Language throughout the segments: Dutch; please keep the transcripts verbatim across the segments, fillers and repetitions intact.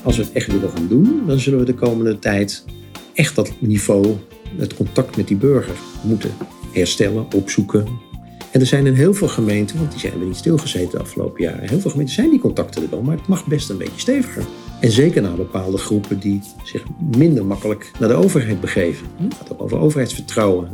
als we het echt willen gaan doen, dan zullen we de komende tijd echt dat niveau, het contact met die burger moeten herstellen, opzoeken. En er zijn in heel veel gemeenten, want die zijn er niet stilgezeten de afgelopen jaren. Heel veel gemeenten zijn die contacten er wel, maar het mag best een beetje steviger. En zeker naar bepaalde groepen die zich minder makkelijk naar de overheid begeven. Het gaat ook over overheidsvertrouwen.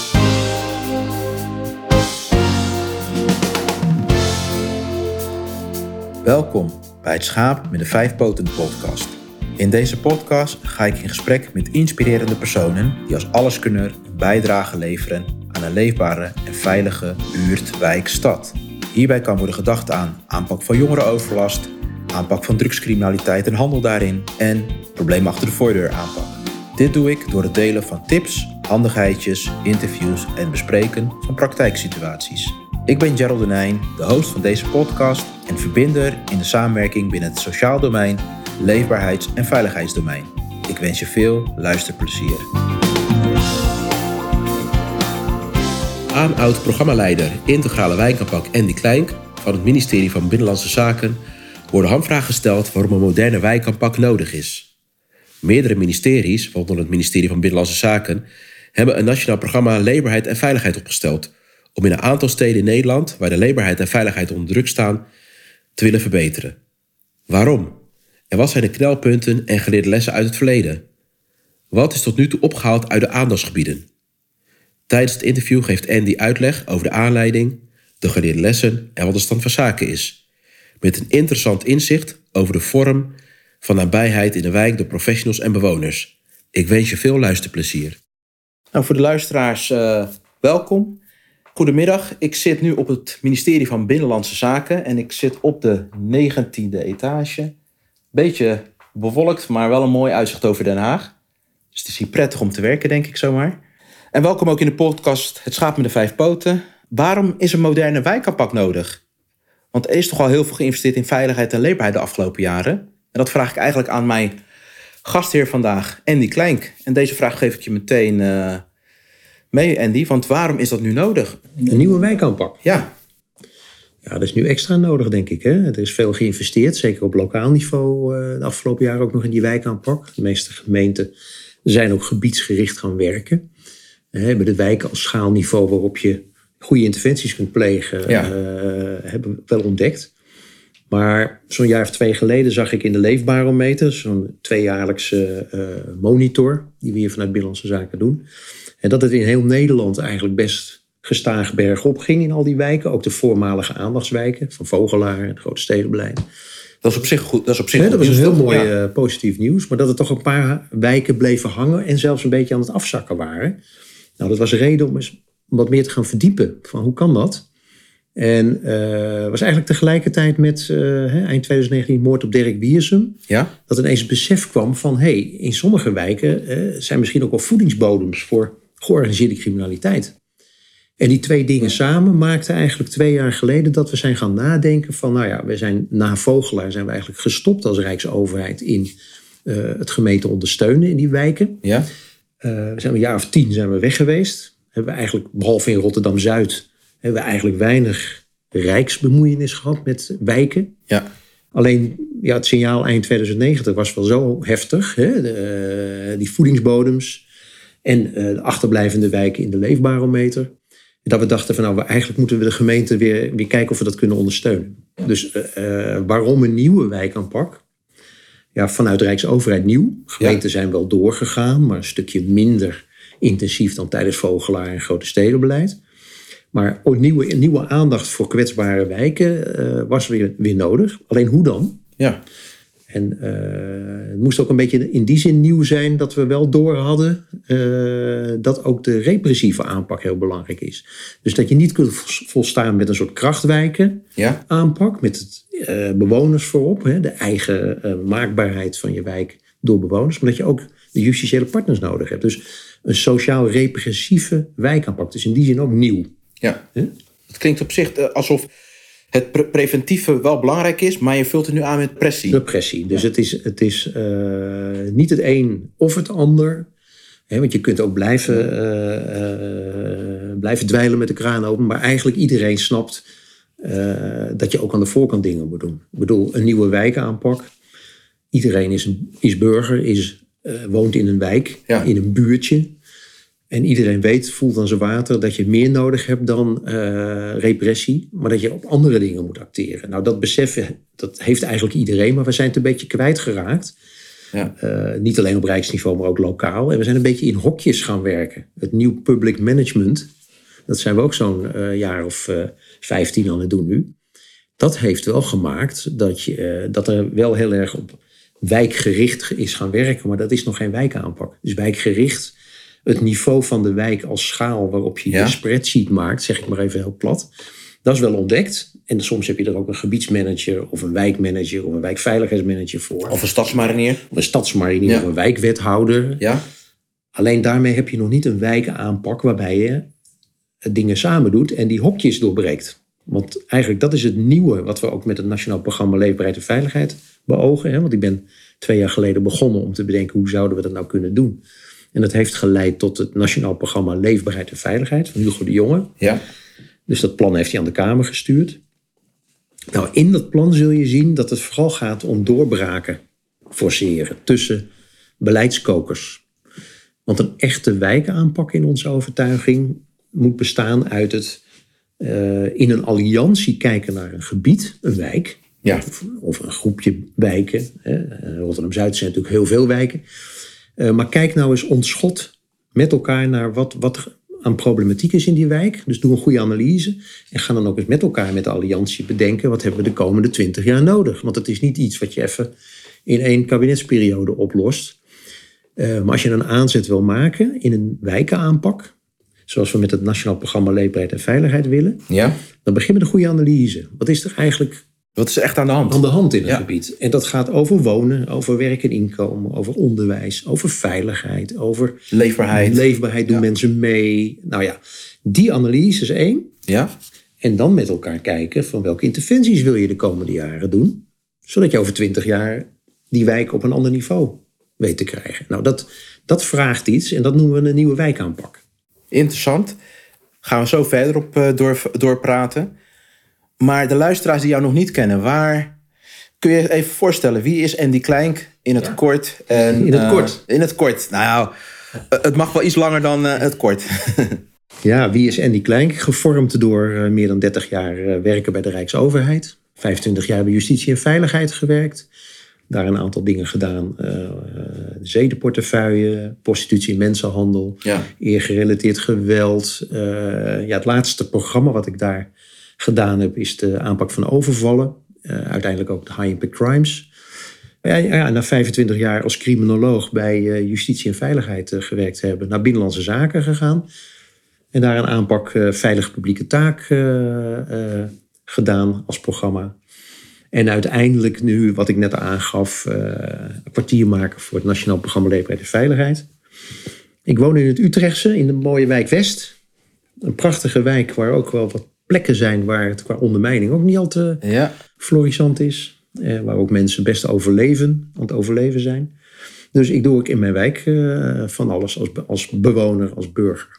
Welkom bij het Schaap met de Vijf Poten podcast. In deze podcast ga ik in gesprek met inspirerende personen die als alleskunner een bijdrage leveren aan een leefbare en veilige buurt, wijk, stad. Hierbij kan worden gedacht aan aanpak van jongerenoverlast, aanpak van drugscriminaliteit en handel daarin en probleem achter de voordeur aanpak. Dit doe ik door het delen van tips, handigheidjes, interviews en bespreken van praktijksituaties. Ik ben Gerald Denijn, de host van deze podcast en verbinder in de samenwerking binnen het sociaal domein, leefbaarheids- en veiligheidsdomein. Ik wens je veel luisterplezier. Aan oud-programmaleider Integrale Wijkaanpak Andy Kleinck van het ministerie van Binnenlandse Zaken worden hamvragen gesteld waarom een moderne wijkaanpak nodig is. Meerdere ministeries, waaronder het ministerie van Binnenlandse Zaken, hebben een nationaal programma Leefbaarheid en Veiligheid opgesteld om in een aantal steden in Nederland, waar de leefbaarheid en veiligheid onder druk staan, te willen verbeteren. Waarom? En wat zijn de knelpunten en geleerde lessen uit het verleden? Wat is tot nu toe opgehaald uit de aandachtsgebieden? Tijdens het interview geeft Andy uitleg over de aanleiding, de geleerde lessen en wat de stand van zaken is. Met een interessant inzicht over de vorm van nabijheid in de wijk door professionals en bewoners. Ik wens je veel luisterplezier. Nou, voor de luisteraars, uh, welkom. Goedemiddag, ik zit nu op het ministerie van Binnenlandse Zaken en ik zit op de negentiende etage. Beetje bewolkt, maar wel een mooi uitzicht over Den Haag. Dus het is hier prettig om te werken, denk ik zomaar. En welkom ook in de podcast Het Schaap met de Vijf Poten. Waarom is een moderne wijkaanpak nodig? Want er is toch al heel veel geïnvesteerd in veiligheid en leefbaarheid de afgelopen jaren. En dat vraag ik eigenlijk aan mijn gastheer vandaag, Andy Kleinck. En deze vraag geef ik je meteen uh, mee, Andy. Want waarom is dat nu nodig? Een nieuwe wijkaanpak. Ja. Ja, dat is nu extra nodig, denk ik. Hè? Er is veel geïnvesteerd, zeker op lokaal niveau uh, de afgelopen jaren ook nog in die wijkaanpak. De meeste gemeenten zijn ook gebiedsgericht gaan werken. We hebben de wijken als schaalniveau waarop je goede interventies kunt plegen, ja. uh, hebben we wel ontdekt. Maar zo'n jaar of twee geleden zag ik in de Leefbarometer, zo'n tweejaarlijkse uh, monitor die we hier vanuit Binnenlandse Zaken doen. En dat het in heel Nederland eigenlijk best gestaag bergop ging in al die wijken. Ook de voormalige aandachtswijken van Vogelaar en het grote stedenbeleid. Dat is op zich goed. Dat is op zich nee, goed dat was nieuws, een heel mooi ja. uh, positief nieuws. Maar dat er toch een paar wijken bleven hangen en zelfs een beetje aan het afzakken waren. Nou, dat was een reden om eens wat meer te gaan verdiepen. Van hoe kan dat? En uh, was eigenlijk tegelijkertijd met uh, eind twintig negentien moord op Dirk Wiersum. Ja? Dat ineens het besef kwam van hé, hey, in sommige wijken uh, zijn misschien ook wel voedingsbodems voor georganiseerde criminaliteit. En die twee dingen samen maakten eigenlijk twee jaar geleden dat we zijn gaan nadenken van, nou ja, we zijn na Vogelaar zijn we eigenlijk gestopt als Rijksoverheid in uh, het gemeente ondersteunen in die wijken. Ja. Uh, we zijn een jaar of tien zijn we weg geweest. Hebben we eigenlijk, behalve in Rotterdam-Zuid, hebben we eigenlijk weinig rijksbemoeienis gehad met wijken. Ja. Alleen ja, het signaal eind twintig negentig was wel zo heftig. Hè? De, uh, die voedingsbodems en uh, de achterblijvende wijken in de Leefbarometer. Dat we dachten van nou, we, eigenlijk moeten we de gemeente weer, weer kijken of we dat kunnen ondersteunen. Dus uh, uh, waarom een nieuwe wijkaanpak? Ja, vanuit de Rijksoverheid nieuw. Gemeenten ja. zijn wel doorgegaan, maar een stukje minder intensief dan tijdens Vogelaar en grote stedenbeleid. Maar ook nieuwe, nieuwe aandacht voor kwetsbare wijken uh, was weer, weer nodig. Alleen hoe dan? Ja. En uh, het moest ook een beetje in die zin nieuw zijn dat we wel door hadden uh, dat ook de repressieve aanpak heel belangrijk is. Dus dat je niet kunt volstaan met een soort krachtwijken ja. aanpak, met het uh, bewoners voorop, hè, de eigen uh, maakbaarheid van je wijk door bewoners, maar dat je ook de justitiële partners nodig hebt. Dus een sociaal-repressieve wijkaanpak. Dus in die zin ook nieuw. Ja, huh? Het klinkt op zich alsof het pre- preventieve wel belangrijk is, maar je vult het nu aan met pressie. Repressie. Dus ja. het is, het is uh, niet het een of het ander. He, want je kunt ook blijven, uh, uh, blijven dweilen met de kraan open. Maar eigenlijk iedereen snapt uh, dat je ook aan de voorkant dingen moet doen. Ik bedoel, een nieuwe wijkaanpak iedereen is, een, is burger, is, uh, woont in een wijk, ja. in een buurtje. En iedereen weet, voelt aan zijn water, dat je meer nodig hebt dan uh, repressie. Maar dat je op andere dingen moet acteren. Nou, dat beseffen, dat heeft eigenlijk iedereen. Maar we zijn het een beetje kwijtgeraakt. Ja. Uh, niet alleen op rijksniveau, maar ook lokaal. En we zijn een beetje in hokjes gaan werken. Het nieuw public management, dat zijn we ook zo'n uh, jaar of uh, vijftien aan het doen nu. Dat heeft wel gemaakt dat, je, uh, dat er wel heel erg op wijkgericht is gaan werken. Maar dat is nog geen wijkaanpak. Dus wijkgericht, het niveau van de wijk als schaal waarop je ja. je spreadsheet maakt, zeg ik maar even heel plat. Dat is wel ontdekt. En soms heb je er ook een gebiedsmanager of een wijkmanager of een wijkveiligheidsmanager voor. Of een stadsmarinier. Of een stadsmarinier ja. of een wijkwethouder. Ja. Alleen daarmee heb je nog niet een wijkaanpak waarbij je dingen samen doet en die hokjes doorbreekt. Want eigenlijk dat is het nieuwe wat we ook met het Nationaal Programma Leefbaarheid en Veiligheid beogen. Hè? Want ik ben twee jaar geleden begonnen om te bedenken hoe zouden we dat nou kunnen doen. En dat heeft geleid tot het Nationaal Programma Leefbaarheid en Veiligheid van Hugo de Jonge. Ja. Dus dat plan heeft hij aan de Kamer gestuurd. Nou, in dat plan zul je zien dat het vooral gaat om doorbraken forceren tussen beleidskokers. Want een echte wijkaanpak in onze overtuiging moet bestaan uit het uh, in een alliantie kijken naar een gebied, een wijk. Ja. Of, of een groepje wijken. Hè. Rotterdam-Zuid zijn natuurlijk heel veel wijken. Uh, maar kijk nou eens ontschot met elkaar naar wat, wat er aan problematiek is in die wijk. Dus doe een goede analyse. En ga dan ook eens met elkaar met de alliantie bedenken, wat hebben we de komende twintig jaar nodig. Want het is niet iets wat je even in één kabinetsperiode oplost. Uh, maar als je een aanzet wil maken in een wijkenaanpak, zoals we met het Nationaal Programma Leefbaarheid en Veiligheid willen, ja. dan begin met een goede analyse. Wat is er eigenlijk Wat is er echt aan de hand? aan de hand in het ja. gebied? En dat gaat over wonen, over werk en inkomen, over onderwijs, over veiligheid, over leefbaarheid. Leefbaarheid, doen ja. mensen mee? Nou ja, die analyse is één. Ja. En dan met elkaar kijken van welke interventies wil je de komende jaren doen, zodat je over twintig jaar die wijk op een ander niveau weet te krijgen. Nou, dat, dat vraagt iets en dat noemen we een nieuwe wijkaanpak. Interessant. Gaan we zo verder op uh, door, doorpraten. Maar de luisteraars die jou nog niet kennen, waar kun je even voorstellen, wie is Andy Kleinck in het ja. kort? En, in het uh, kort? In het kort. Nou, uh, het mag wel iets langer dan uh, het kort. Ja, wie is Andy Kleinck? Gevormd door uh, meer dan dertig jaar uh, werken bij de Rijksoverheid. vijfentwintig jaar bij Justitie en Veiligheid gewerkt. Daar een aantal dingen gedaan. Uh, zedenportefeuille, prostitutie en mensenhandel. Ja. Eergerelateerd geweld. Uh, ja, het laatste programma wat ik daar gedaan heb is de aanpak van overvallen. Uh, uiteindelijk ook de high impact crimes. Ja, ja, na vijfentwintig jaar als criminoloog bij uh, Justitie en Veiligheid uh, gewerkt te hebben. Naar Binnenlandse Zaken gegaan. En daar een aanpak uh, veilige publieke taak uh, uh, gedaan als programma. En uiteindelijk nu, wat ik net aangaf, uh, een kwartier maken voor het Nationaal Programma Leefbaarheid en Veiligheid. Ik woon in het Utrechtse, in de mooie wijk West. Een prachtige wijk waar ook wel wat plekken zijn waar het qua ondermijning ook niet al te ja. florissant is. Uh, waar ook mensen best overleven, aan het overleven zijn. Dus ik doe ook in mijn wijk uh, van alles als, als bewoner, als burger.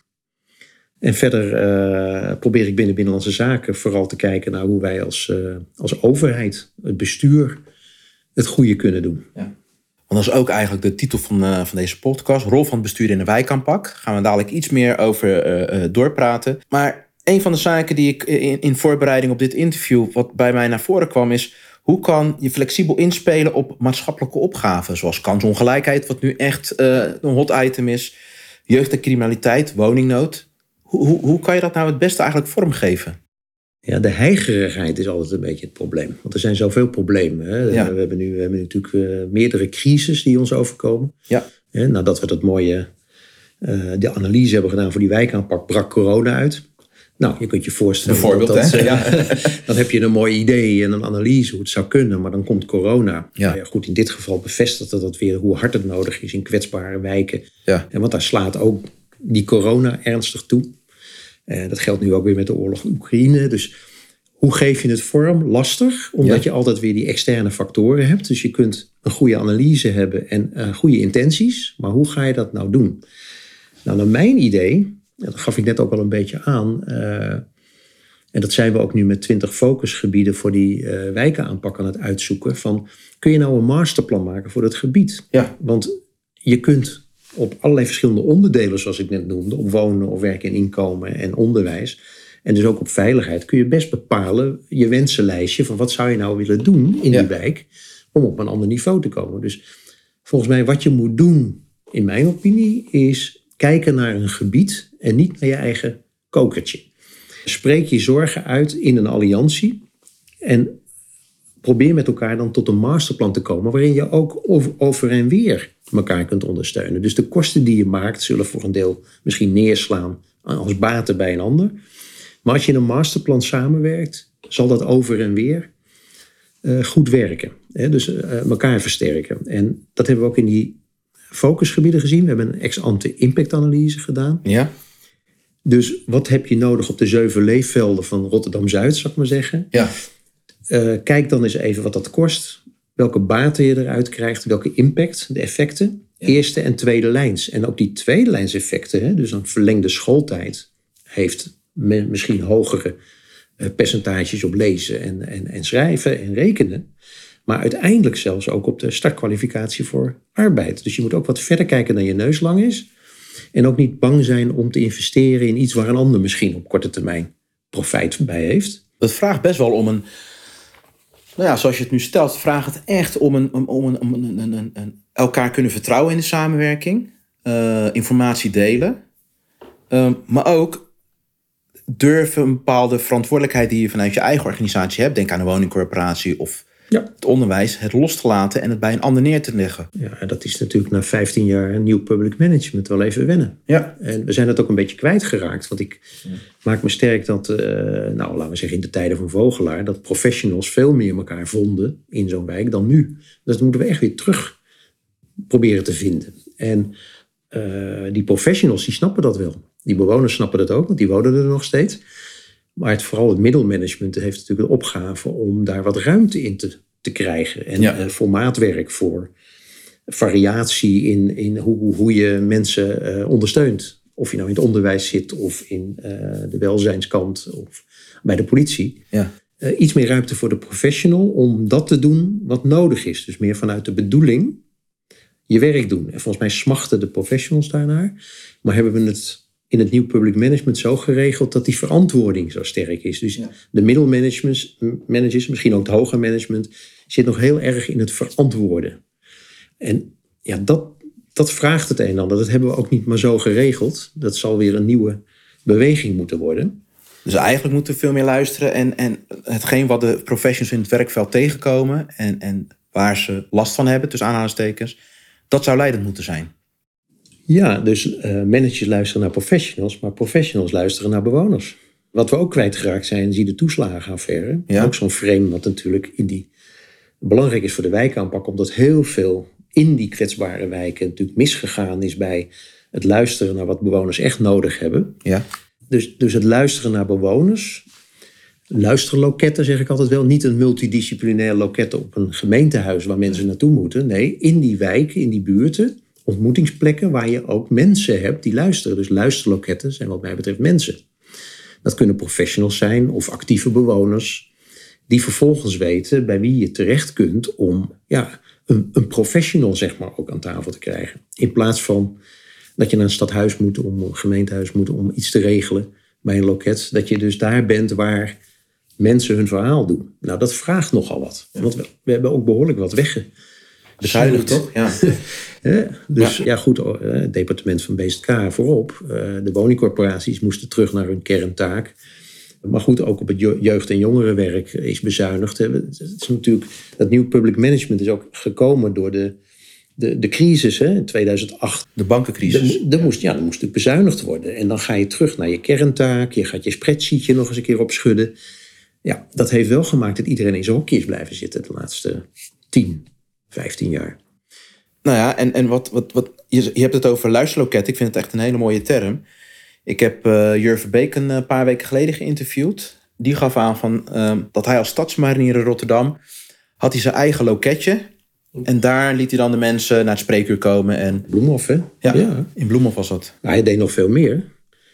En verder uh, probeer ik binnen Binnenlandse Zaken vooral te kijken naar hoe wij als, uh, als overheid, het bestuur, het goede kunnen doen. Ja. Want dat is ook eigenlijk de titel van, uh, van deze podcast. Rol van het bestuur in de wijkaanpak. Daar gaan we dadelijk iets meer over uh, uh, doorpraten. Maar een van de zaken die ik in, in voorbereiding op dit interview, wat bij mij naar voren kwam, is hoe kan je flexibel inspelen op maatschappelijke opgaven, zoals kansongelijkheid, wat nu echt uh, een hot item is, jeugd en criminaliteit, woningnood. Hoe, hoe, hoe kan je dat nou het beste eigenlijk vormgeven? Ja, de heigerigheid is altijd een beetje het probleem. Want er zijn zoveel problemen. Hè? Ja. We hebben nu we hebben natuurlijk uh, meerdere crises die ons overkomen. Ja. Hè? Nadat we dat mooie uh, de analyse hebben gedaan voor die wijkaanpak, brak corona uit. Nou, je kunt je voorstellen. Bijvoorbeeld, dat, hè? Ja, dan heb je een mooi idee en een analyse hoe het zou kunnen. Maar dan komt corona. Ja. Ja, goed, in dit geval bevestigt dat weer hoe hard het nodig is in kwetsbare wijken. Ja. En want daar slaat ook die corona ernstig toe. Uh, dat geldt nu ook weer met de oorlog in Oekraïne. Dus hoe geef je het vorm? Lastig, omdat ja. je altijd weer die externe factoren hebt. Dus je kunt een goede analyse hebben en uh, goede intenties. Maar hoe ga je dat nou doen? Nou, naar mijn idee, dat gaf ik net ook al een beetje aan. Uh, En dat zijn we ook nu met twintig focusgebieden voor die uh, wijkenaanpak aan het uitzoeken. Van, kun je nou een masterplan maken voor dat gebied? Ja. Want je kunt op allerlei verschillende onderdelen, zoals ik net noemde, op wonen of werken en inkomen en onderwijs, en dus ook op veiligheid, kun je best bepalen je wensenlijstje van wat zou je nou willen doen in ja. die wijk om op een ander niveau te komen. Dus volgens mij wat je moet doen, in mijn opinie, is kijken naar een gebied en niet naar je eigen kokertje. Spreek je zorgen uit in een alliantie en probeer met elkaar dan tot een masterplan te komen waarin je ook over, over en weer elkaar kunt ondersteunen. Dus de kosten die je maakt zullen voor een deel misschien neerslaan als baten bij een ander. Maar als je in een masterplan samenwerkt, zal dat over en weer uh, goed werken. Hè? Dus uh, elkaar versterken. En dat hebben we ook in die focusgebieden gezien. We hebben een ex-ante impactanalyse gedaan. Ja. Dus wat heb je nodig op de zeven leefvelden van Rotterdam-Zuid, zou ik maar zeggen. Ja. Uh, kijk dan eens even wat dat kost. Welke baten je eruit krijgt. Welke impact, de effecten. Ja. Eerste en tweede lijns. En ook die tweede lijns effecten, hè, dus een verlengde schooltijd, heeft misschien hogere uh, percentages op lezen en, en, en schrijven en rekenen. Maar uiteindelijk zelfs ook op de startkwalificatie voor arbeid. Dus je moet ook wat verder kijken dan je neus lang is. En ook niet bang zijn om te investeren in iets waar een ander misschien op korte termijn profijt bij heeft. Dat vraagt best wel om een, nou ja, zoals je het nu stelt, vraagt het echt om een, om, om een, om een, een, een, een elkaar kunnen vertrouwen in de samenwerking. Uh, informatie delen. Uh, maar ook durven een bepaalde verantwoordelijkheid die je vanuit je eigen organisatie hebt. Denk aan een woningcorporatie of ja. het onderwijs. Het los te laten en het bij een ander neer te leggen. Ja, dat is natuurlijk na vijftien jaar een nieuw public management wel even wennen. Ja. En we zijn dat ook een beetje kwijtgeraakt. Want ik ja. maak me sterk dat, uh, nou laten we zeggen in de tijden van Vogelaar, dat professionals veel meer elkaar vonden in zo'n wijk dan nu. Dus dat moeten we echt weer terug proberen te vinden. En uh, die professionals die snappen dat wel. Die bewoners snappen dat ook, want die wonen er nog steeds. Maar het, vooral het middelmanagement heeft natuurlijk de opgave om daar wat ruimte in te, te krijgen. En ja. uh, voor maatwerk, voor variatie in, in hoe, hoe je mensen uh, ondersteunt. Of je nou in het onderwijs zit of in uh, de welzijnskant of bij de politie. Ja. Uh, iets meer ruimte voor de professional om dat te doen wat nodig is. Dus meer vanuit de bedoeling je werk doen. En volgens mij smachten de professionals daarnaar. Maar hebben we het in het nieuw public management zo geregeld dat die verantwoording zo sterk is. Dus ja. de middelmanagers, misschien ook het hoger management, zit nog heel erg in het verantwoorden. En ja, dat, dat vraagt het een en ander. Dat hebben we ook niet maar zo geregeld. Dat zal weer een nieuwe beweging moeten worden. Dus eigenlijk moeten we veel meer luisteren en, en hetgeen wat de professionals in het werkveld tegenkomen en, en waar ze last van hebben, tussen aanhalingstekens, dat zou leidend moeten zijn. Ja, dus uh, managers luisteren naar professionals, maar professionals luisteren naar bewoners. Wat we ook kwijtgeraakt zijn, zie de toeslagenaffaire. Ja. Ook zo'n frame wat natuurlijk in die belangrijk is voor de wijkaanpak, omdat heel veel in die kwetsbare wijken natuurlijk misgegaan is bij het luisteren naar wat bewoners echt nodig hebben. Ja. Dus, dus het luisteren naar bewoners. Luisterloketten zeg ik altijd wel. Niet een multidisciplinair loket op een gemeentehuis waar mensen naartoe moeten. Nee, in die wijken, in die buurten, ontmoetingsplekken waar je ook mensen hebt die luisteren. Dus luisterloketten zijn wat mij betreft mensen. Dat kunnen professionals zijn of actieve bewoners die vervolgens weten bij wie je terecht kunt om ja, een, een professional zeg maar ook aan tafel te krijgen. In plaats van dat je naar een stadhuis moet, om een gemeentehuis moet om iets te regelen bij een loket. Dat je dus daar bent waar mensen hun verhaal doen. Nou, dat vraagt nogal wat. Want we, we hebben ook behoorlijk wat wegge. Bezuinigd, toch? Ja. ja, dus ja, ja goed, het departement van B Z K voorop. De woningcorporaties moesten terug naar hun kerntaak. Maar goed, ook op het jeugd- en jongerenwerk is bezuinigd. Het is natuurlijk, dat nieuw public management is ook gekomen door de, de, de crisis hè, in tweeduizend acht. De bankencrisis. Er, er moest, ja, er moest natuurlijk bezuinigd worden. En dan ga je terug naar je kerntaak. Je gaat je spreadsheetje nog eens een keer opschudden. Ja, dat heeft wel gemaakt dat iedereen in zijn hokje is blijven zitten de laatste tien, vijftien jaar. Nou ja, en, en wat, wat, wat, je, je hebt het over luisterloket. Ik vind het echt een hele mooie term. Ik heb uh, Jur Verbeek een uh, paar weken geleden geïnterviewd. Die gaf aan van, uh, dat hij als stadsmarinier in Rotterdam had hij zijn eigen loketje. En daar liet hij dan de mensen naar het spreekuur komen. En Bloemhof, hè? Ja, ja. In Bloemhof was dat. Maar hij deed nog veel meer.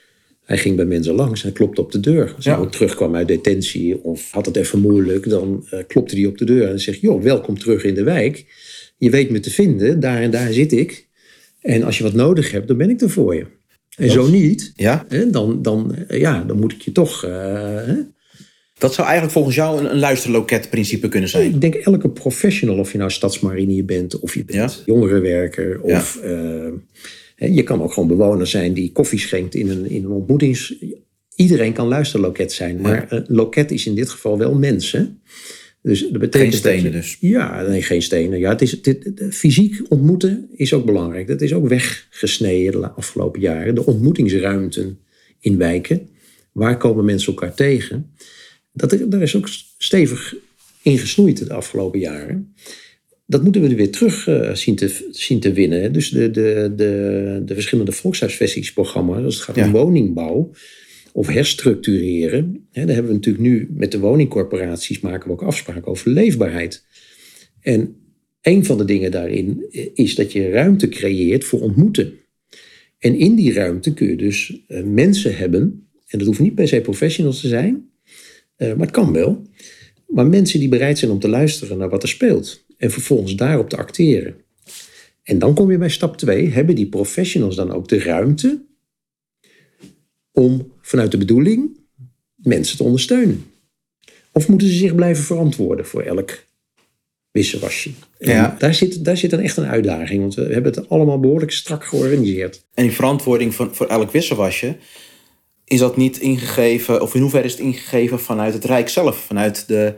Hij ging bij mensen langs en klopte op de deur. Als hij Ja. terugkwam uit detentie of had het even moeilijk, dan uh, klopte hij op de deur en zegt: joh, welkom terug in de wijk. Je weet me te vinden, daar en daar zit ik. En als je wat nodig hebt, dan ben ik er voor je. En zo niet, Ja? hè, dan, dan, ja, dan moet ik je toch... Uh, hè? Dat zou eigenlijk volgens jou een, een luisterloketprincipe kunnen zijn. Ik denk elke professional, of je nou stadsmarinier bent, of je bent Ja. jongerenwerker, of ja. uh, hè, je kan ook gewoon bewoner zijn die koffie schenkt in een, in een ontmoetings... Iedereen kan luisterloket zijn, maar ja. uh, loket is in dit geval wel mensen. Dus dat betekent geen stenen dat je, dus? Ja, nee, geen stenen. Ja, het is, het, het, fysiek ontmoeten is ook belangrijk. Dat is ook weggesneden de afgelopen jaren. De ontmoetingsruimten in wijken. Waar komen mensen elkaar tegen? Dat, daar is ook stevig in gesnoeid de afgelopen jaren. Dat moeten we er weer terug uh, zien, te, zien te winnen. Dus de, de, de, de verschillende volkshuisvestingsprogramma's, als het gaat ja. om woningbouw of herstructureren. Hè, daar hebben we natuurlijk nu met de woningcorporaties maken we ook afspraken over leefbaarheid. En een van de dingen daarin is dat je ruimte creëert voor ontmoeten. En in die ruimte kun je dus uh, mensen hebben, en dat hoeft niet per se professionals te zijn, uh, maar het kan wel. Maar mensen die bereid zijn om te luisteren naar wat er speelt. En vervolgens daarop te acteren. En dan kom je bij stap twee. Hebben die professionals dan ook de ruimte om vanuit de bedoeling mensen te ondersteunen? Of moeten ze zich blijven verantwoorden voor elk wissewasje? Ja. Daar zit, daar zit dan echt een uitdaging. Want we hebben het allemaal behoorlijk strak georganiseerd. En die verantwoording voor, voor elk wissewasje, is dat niet ingegeven, of in hoeverre is het ingegeven vanuit het Rijk zelf, vanuit de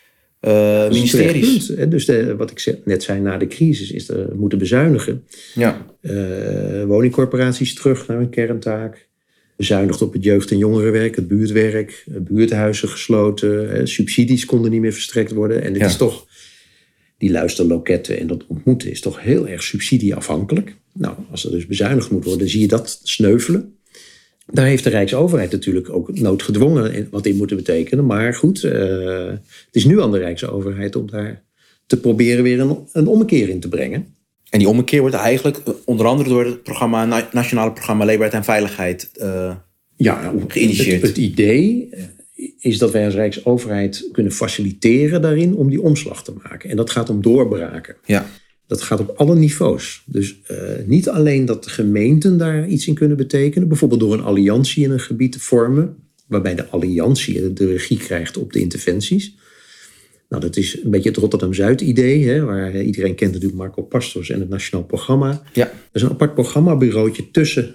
uh, ministeries? Punt, dus de, wat ik net zei, na de crisis is er moeten bezuinigen. Ja. Uh, woningcorporaties terug naar hun kerntaak. Bezuinigd op het jeugd- en jongerenwerk, het buurtwerk, buurthuizen gesloten. Eh, subsidies konden niet meer verstrekt worden. En dit ja. is toch, die luisterloketten en dat ontmoeten is toch heel erg subsidieafhankelijk. Nou, als er dus bezuinigd moet worden, zie je dat sneuvelen. Daar heeft de Rijksoverheid natuurlijk ook noodgedwongen wat in moeten betekenen. Maar goed, uh, het is nu aan de Rijksoverheid om daar te proberen weer een, een ommekeer in te brengen. En die ommekeer wordt eigenlijk onder andere door het programma, Nationale Programma Leefbaarheid en Veiligheid uh, ja, geïnitieerd. Het, het idee is dat wij als Rijksoverheid kunnen faciliteren daarin om die omslag te maken. En dat gaat om doorbraken. Ja. Dat gaat op alle niveaus. Dus uh, niet alleen dat de gemeenten daar iets in kunnen betekenen. Bijvoorbeeld door een alliantie in een gebied te vormen. Waarbij de alliantie de regie krijgt op de interventies. Nou, dat is een beetje het Rotterdam-Zuid-idee. Hè, waar iedereen kent natuurlijk Marco Pastors en het Nationaal Programma. Ja. Dat is een apart programmabureautje tussen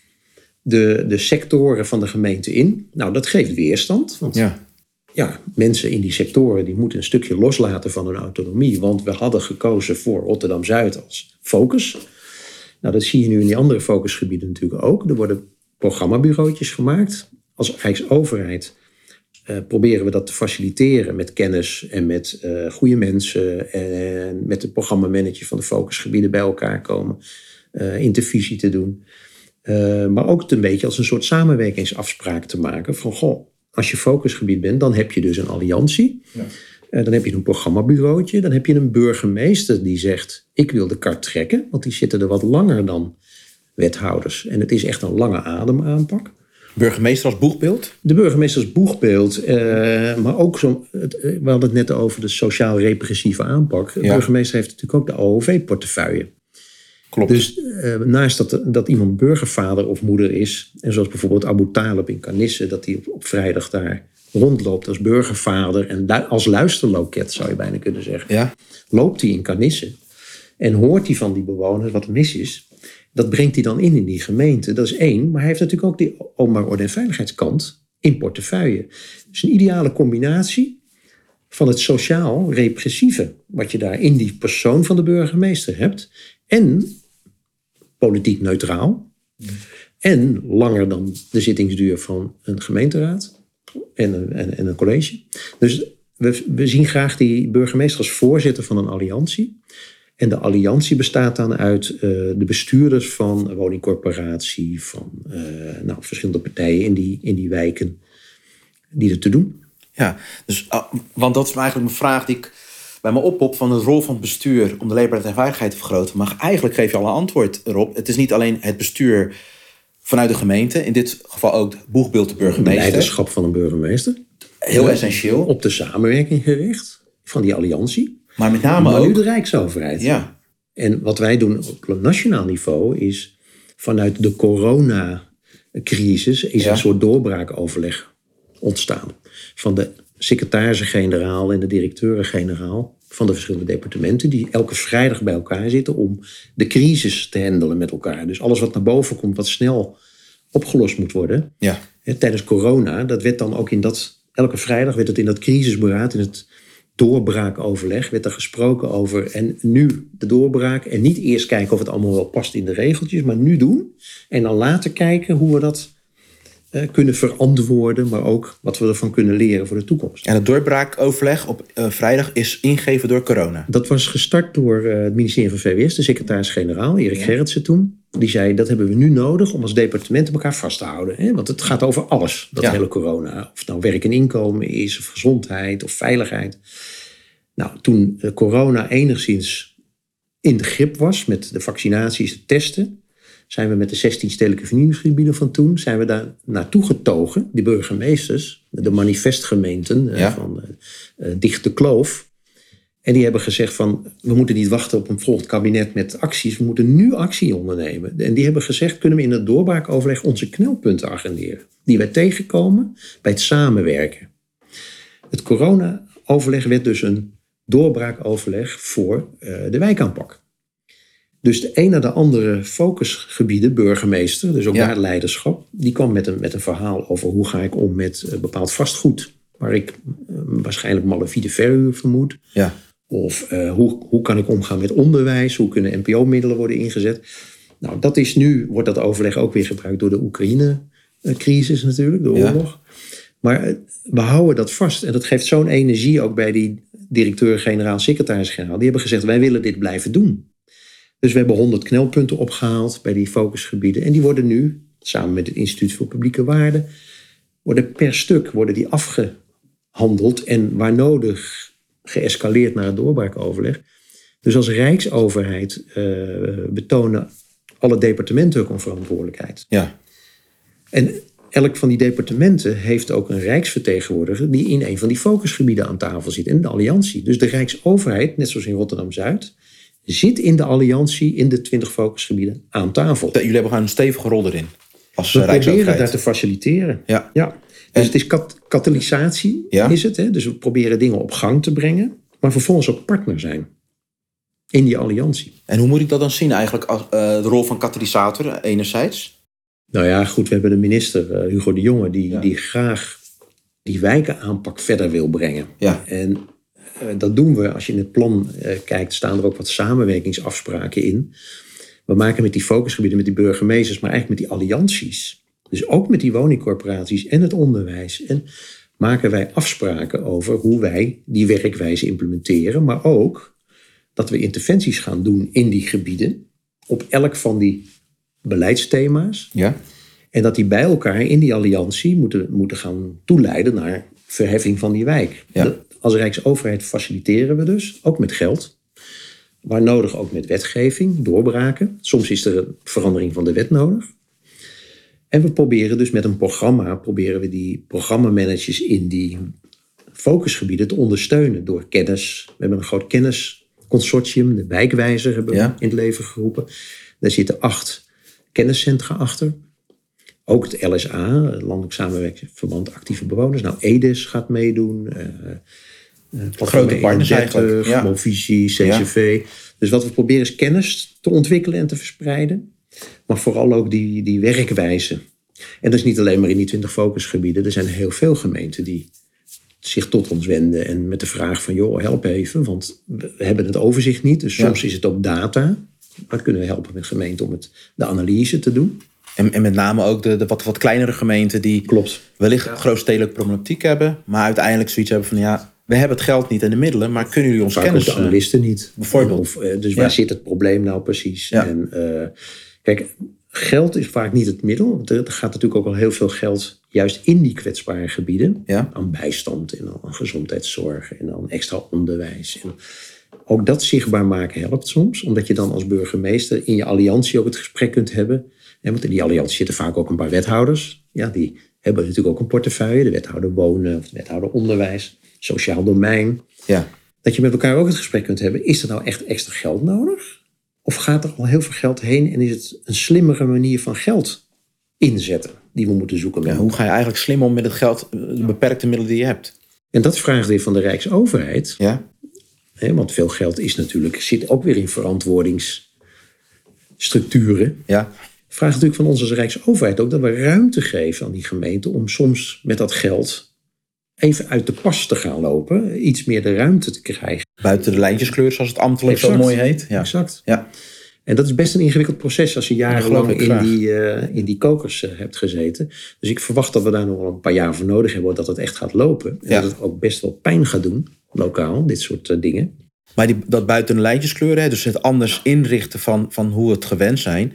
de, de sectoren van de gemeente in. Nou, dat geeft weerstand. Want ja. Ja, mensen in die sectoren die moeten een stukje loslaten van hun autonomie. Want we hadden gekozen voor Rotterdam-Zuid als focus. Nou, dat zie je nu in die andere focusgebieden natuurlijk ook. Er worden programmabureautjes gemaakt. Als Rijksoverheid uh, proberen we dat te faciliteren met kennis en met uh, goede mensen. En met de programmamanager van de focusgebieden bij elkaar komen. Uh, intervisie te doen. Uh, maar ook een beetje als een soort samenwerkingsafspraak te maken. Van goh, als je focusgebied bent, dan heb je dus een alliantie. Ja. Uh, dan heb je een programmabureautje. Dan heb je een burgemeester die zegt, ik wil de kar trekken. Want die zitten er wat langer dan wethouders. En het is echt een lange ademaanpak. Burgemeester als boegbeeld? De burgemeester als boegbeeld. Uh, maar ook, zo, het, we hadden het net over de sociaal-repressieve aanpak. De ja. burgemeester heeft natuurlijk ook de O O V-portefeuille. Klopt. Dus uh, naast dat, dat iemand burgervader of moeder is, en zoals bijvoorbeeld Abu Talib in Canisse, dat hij op, op vrijdag daar rondloopt als burgervader en lu- als luisterloket, zou je bijna kunnen zeggen, ja. loopt hij in Canisse en hoort hij van die bewoners wat er mis is. Dat brengt hij dan in in die gemeente. Dat is één, maar hij heeft natuurlijk ook die openbare orde en veiligheidskant in portefeuille. Dus een ideale combinatie van het sociaal-repressieve, wat je daar in die persoon van de burgemeester hebt, en politiek neutraal. Mm. En langer dan de zittingsduur van een gemeenteraad en een, en, en een college. Dus we, we zien graag die burgemeester als voorzitter van een alliantie. En de alliantie bestaat dan uit uh, de bestuurders van een woningcorporatie, van uh, nou, verschillende partijen in die, in die wijken die er te doen. Ja, dus, uh, want dat is eigenlijk mijn vraag die ik bij me oppop van de rol van het bestuur om de leefbaarheid en veiligheid te vergroten. Maar eigenlijk geef je al een antwoord erop. Het is niet alleen het bestuur vanuit de gemeente, in dit geval ook het boegbeeld de burgemeester. Het leiderschap van een burgemeester. Heel essentieel. Op de samenwerking gericht van die alliantie. Maar met name maar ook... nu de Rijksoverheid. Ja. En wat wij doen op nationaal niveau is vanuit de coronacrisis is Ja. een soort doorbraakoverleg ontstaan. Van de secretarissen-generaal en de directeuren-generaal van de verschillende departementen die elke vrijdag bij elkaar zitten om de crisis te handelen met elkaar. Dus alles wat naar boven komt, wat snel opgelost moet worden. Ja. Hè, tijdens corona, dat werd dan ook in dat... Elke vrijdag werd het in dat crisisberaad, in het doorbraakoverleg, werd er gesproken over en nu de doorbraak. En niet eerst kijken of het allemaal wel past in de regeltjes, maar nu doen. En dan later kijken hoe we dat uh, kunnen verantwoorden, maar ook wat we ervan kunnen leren voor de toekomst. En het doorbraakoverleg op uh, vrijdag is ingegeven door corona. Dat was gestart door uh, het ministerie van V W S, de secretaris-generaal, Erik Ja. Gerritsen toen. Die zei, dat hebben we nu nodig om als departementen elkaar vast te houden. Hè? Want het gaat over alles, dat Ja. hele corona. Of het nou werk en inkomen is, of gezondheid, of veiligheid. Nou, toen uh, corona enigszins in de grip was met de vaccinaties, de testen, zijn we met de zestien stedelijke vernieuwingsgebieden van toen, zijn we daar naartoe getogen, die burgemeesters, de manifestgemeenten uh, Ja. van uh, uh, Dichte Kloof. En die hebben gezegd van, we moeten niet wachten op een volgend kabinet met acties. We moeten nu actie ondernemen. En die hebben gezegd, kunnen we in het doorbraakoverleg onze knelpunten agenderen. Die wij tegenkomen bij het samenwerken. Het corona-overleg werd dus een doorbraakoverleg voor uh, de wijkaanpak. Dus de een naar de andere focusgebieden, burgemeester, dus ook Ja. daar het leiderschap, die kwam met een, met een verhaal over hoe ga ik om met uh, bepaald vastgoed. Waar ik uh, waarschijnlijk malafide verhuur vermoed. Ja. Of uh, hoe, hoe kan ik omgaan met onderwijs? Hoe kunnen N P O-middelen worden ingezet? Nou, dat is nu, wordt dat overleg ook weer gebruikt door de Oekraïne-crisis natuurlijk, de oorlog. Ja. Maar uh, we houden dat vast. En dat geeft zo'n energie ook bij die directeur-generaal, secretaris-generaal. Die hebben gezegd, wij willen dit blijven doen. Dus we hebben honderd knelpunten opgehaald bij die focusgebieden. En die worden nu, samen met het Instituut voor Publieke Waarden, worden per stuk worden die afgehandeld en waar nodig geëscaleerd naar het doorbraakoverleg. Dus als Rijksoverheid uh, betonen alle departementen ook een verantwoordelijkheid. Ja. En elk van die departementen heeft ook een rijksvertegenwoordiger die in een van die focusgebieden aan tafel zit, in de alliantie. Dus de Rijksoverheid, net zoals in Rotterdam-Zuid, zit in de alliantie in de twintig focusgebieden aan tafel. Jullie hebben gewoon een stevige rol erin. Als We uh, proberen Rijksoverheid. daar te faciliteren. Ja. Ja. Dus het is kat- katalysatie, Ja. is het. Hè? Dus we proberen dingen op gang te brengen, maar vervolgens ook partner zijn in die alliantie. En hoe moet ik dat dan zien eigenlijk, als, uh, de rol van katalysator uh, enerzijds? Nou ja, goed, we hebben de minister uh, Hugo de Jonge die, Ja. die graag die wijkenaanpak verder wil brengen. Ja. En uh, dat doen we, als je in het plan uh, kijkt, staan er ook wat samenwerkingsafspraken in. We maken met die focusgebieden, met die burgemeesters, maar eigenlijk met die allianties. Dus ook met die woningcorporaties en het onderwijs. En maken wij afspraken over hoe wij die werkwijze implementeren. Maar ook dat we interventies gaan doen in die gebieden. Op elk van die beleidsthema's. Ja. En dat die bij elkaar in die alliantie moeten, moeten gaan toeleiden naar verheffing van die wijk. Ja. Dat, als Rijksoverheid faciliteren we dus, ook met geld. Waar nodig ook met wetgeving, doorbraken. Soms is er een verandering van de wet nodig. En we proberen dus met een programma, proberen we die programmamanagers in die focusgebieden te ondersteunen door kennis. We hebben een groot kennisconsortium, de Wijkwijzer hebben we Ja. in het leven geroepen. Daar zitten acht kenniscentra achter. Ook het L S A, Landelijk Samenwerkingsverband Actieve Bewoners. Nou, E D E S gaat meedoen. Uh, uh, Grote partners eigenlijk, ja. Movisie, C C V. Dus wat we proberen is kennis te ontwikkelen en te verspreiden. Maar vooral ook die, die werkwijze. En dat is niet alleen maar in die twintig focusgebieden. Er zijn heel veel gemeenten die zich tot ons wenden. En met de vraag van, joh, help even. Want we hebben het overzicht niet. Dus soms Ja. is het ook data. Dan kunnen we helpen met gemeenten om het, de analyse te doen. En, en met name ook de, de wat, wat kleinere gemeenten die Klopt. wellicht grootstedelijke problematiek hebben. Maar uiteindelijk zoiets hebben van, ja, we hebben het geld niet en de middelen. Maar kunnen jullie ons Vaak kennis... ook de analisten niet. bijvoorbeeld. Of, uh, dus waar Ja. zit het probleem nou precies? Ja. En, uh, kijk, geld is vaak niet het middel. Want er gaat natuurlijk ook al heel veel geld juist in die kwetsbare gebieden. Ja. Aan bijstand en aan gezondheidszorg en aan extra onderwijs. En ook dat zichtbaar maken helpt soms. Omdat je dan als burgemeester in je alliantie ook het gesprek kunt hebben. En want in die alliantie zitten vaak ook een paar wethouders. Ja, die hebben natuurlijk ook een portefeuille. De wethouder wonen, of de wethouder onderwijs, sociaal domein. Ja. Dat je met elkaar ook het gesprek kunt hebben. Is er nou echt extra geld nodig? Of gaat er al heel veel geld heen en is het een slimmere manier van geld inzetten die we moeten zoeken? Ja, hoe ga je eigenlijk slim om met het geld, de beperkte middelen die je hebt? En dat vraagt weer van de Rijksoverheid. Ja. Hè, want veel geld is natuurlijk, zit ook weer in verantwoordingsstructuren. Ja. Vraagt natuurlijk van ons als Rijksoverheid ook dat we ruimte geven aan die gemeente om soms met dat geld even uit de pas te gaan lopen. Iets meer de ruimte te krijgen. Buiten de lijntjeskleur, zoals het ambtelijk Exact. zo mooi heet. Ja. Exact. Ja. En dat is best een ingewikkeld proces als je jarenlang Ja, in, die, uh, in die kokers uh, hebt gezeten. Dus ik verwacht dat we daar nog wel een paar jaar voor nodig hebben, dat het echt gaat lopen. En Ja. dat het ook best wel pijn gaat doen, lokaal, dit soort uh, dingen. Maar die, dat buiten de lijntjeskleur, hè, dus het anders inrichten van, van hoe het gewend zijn,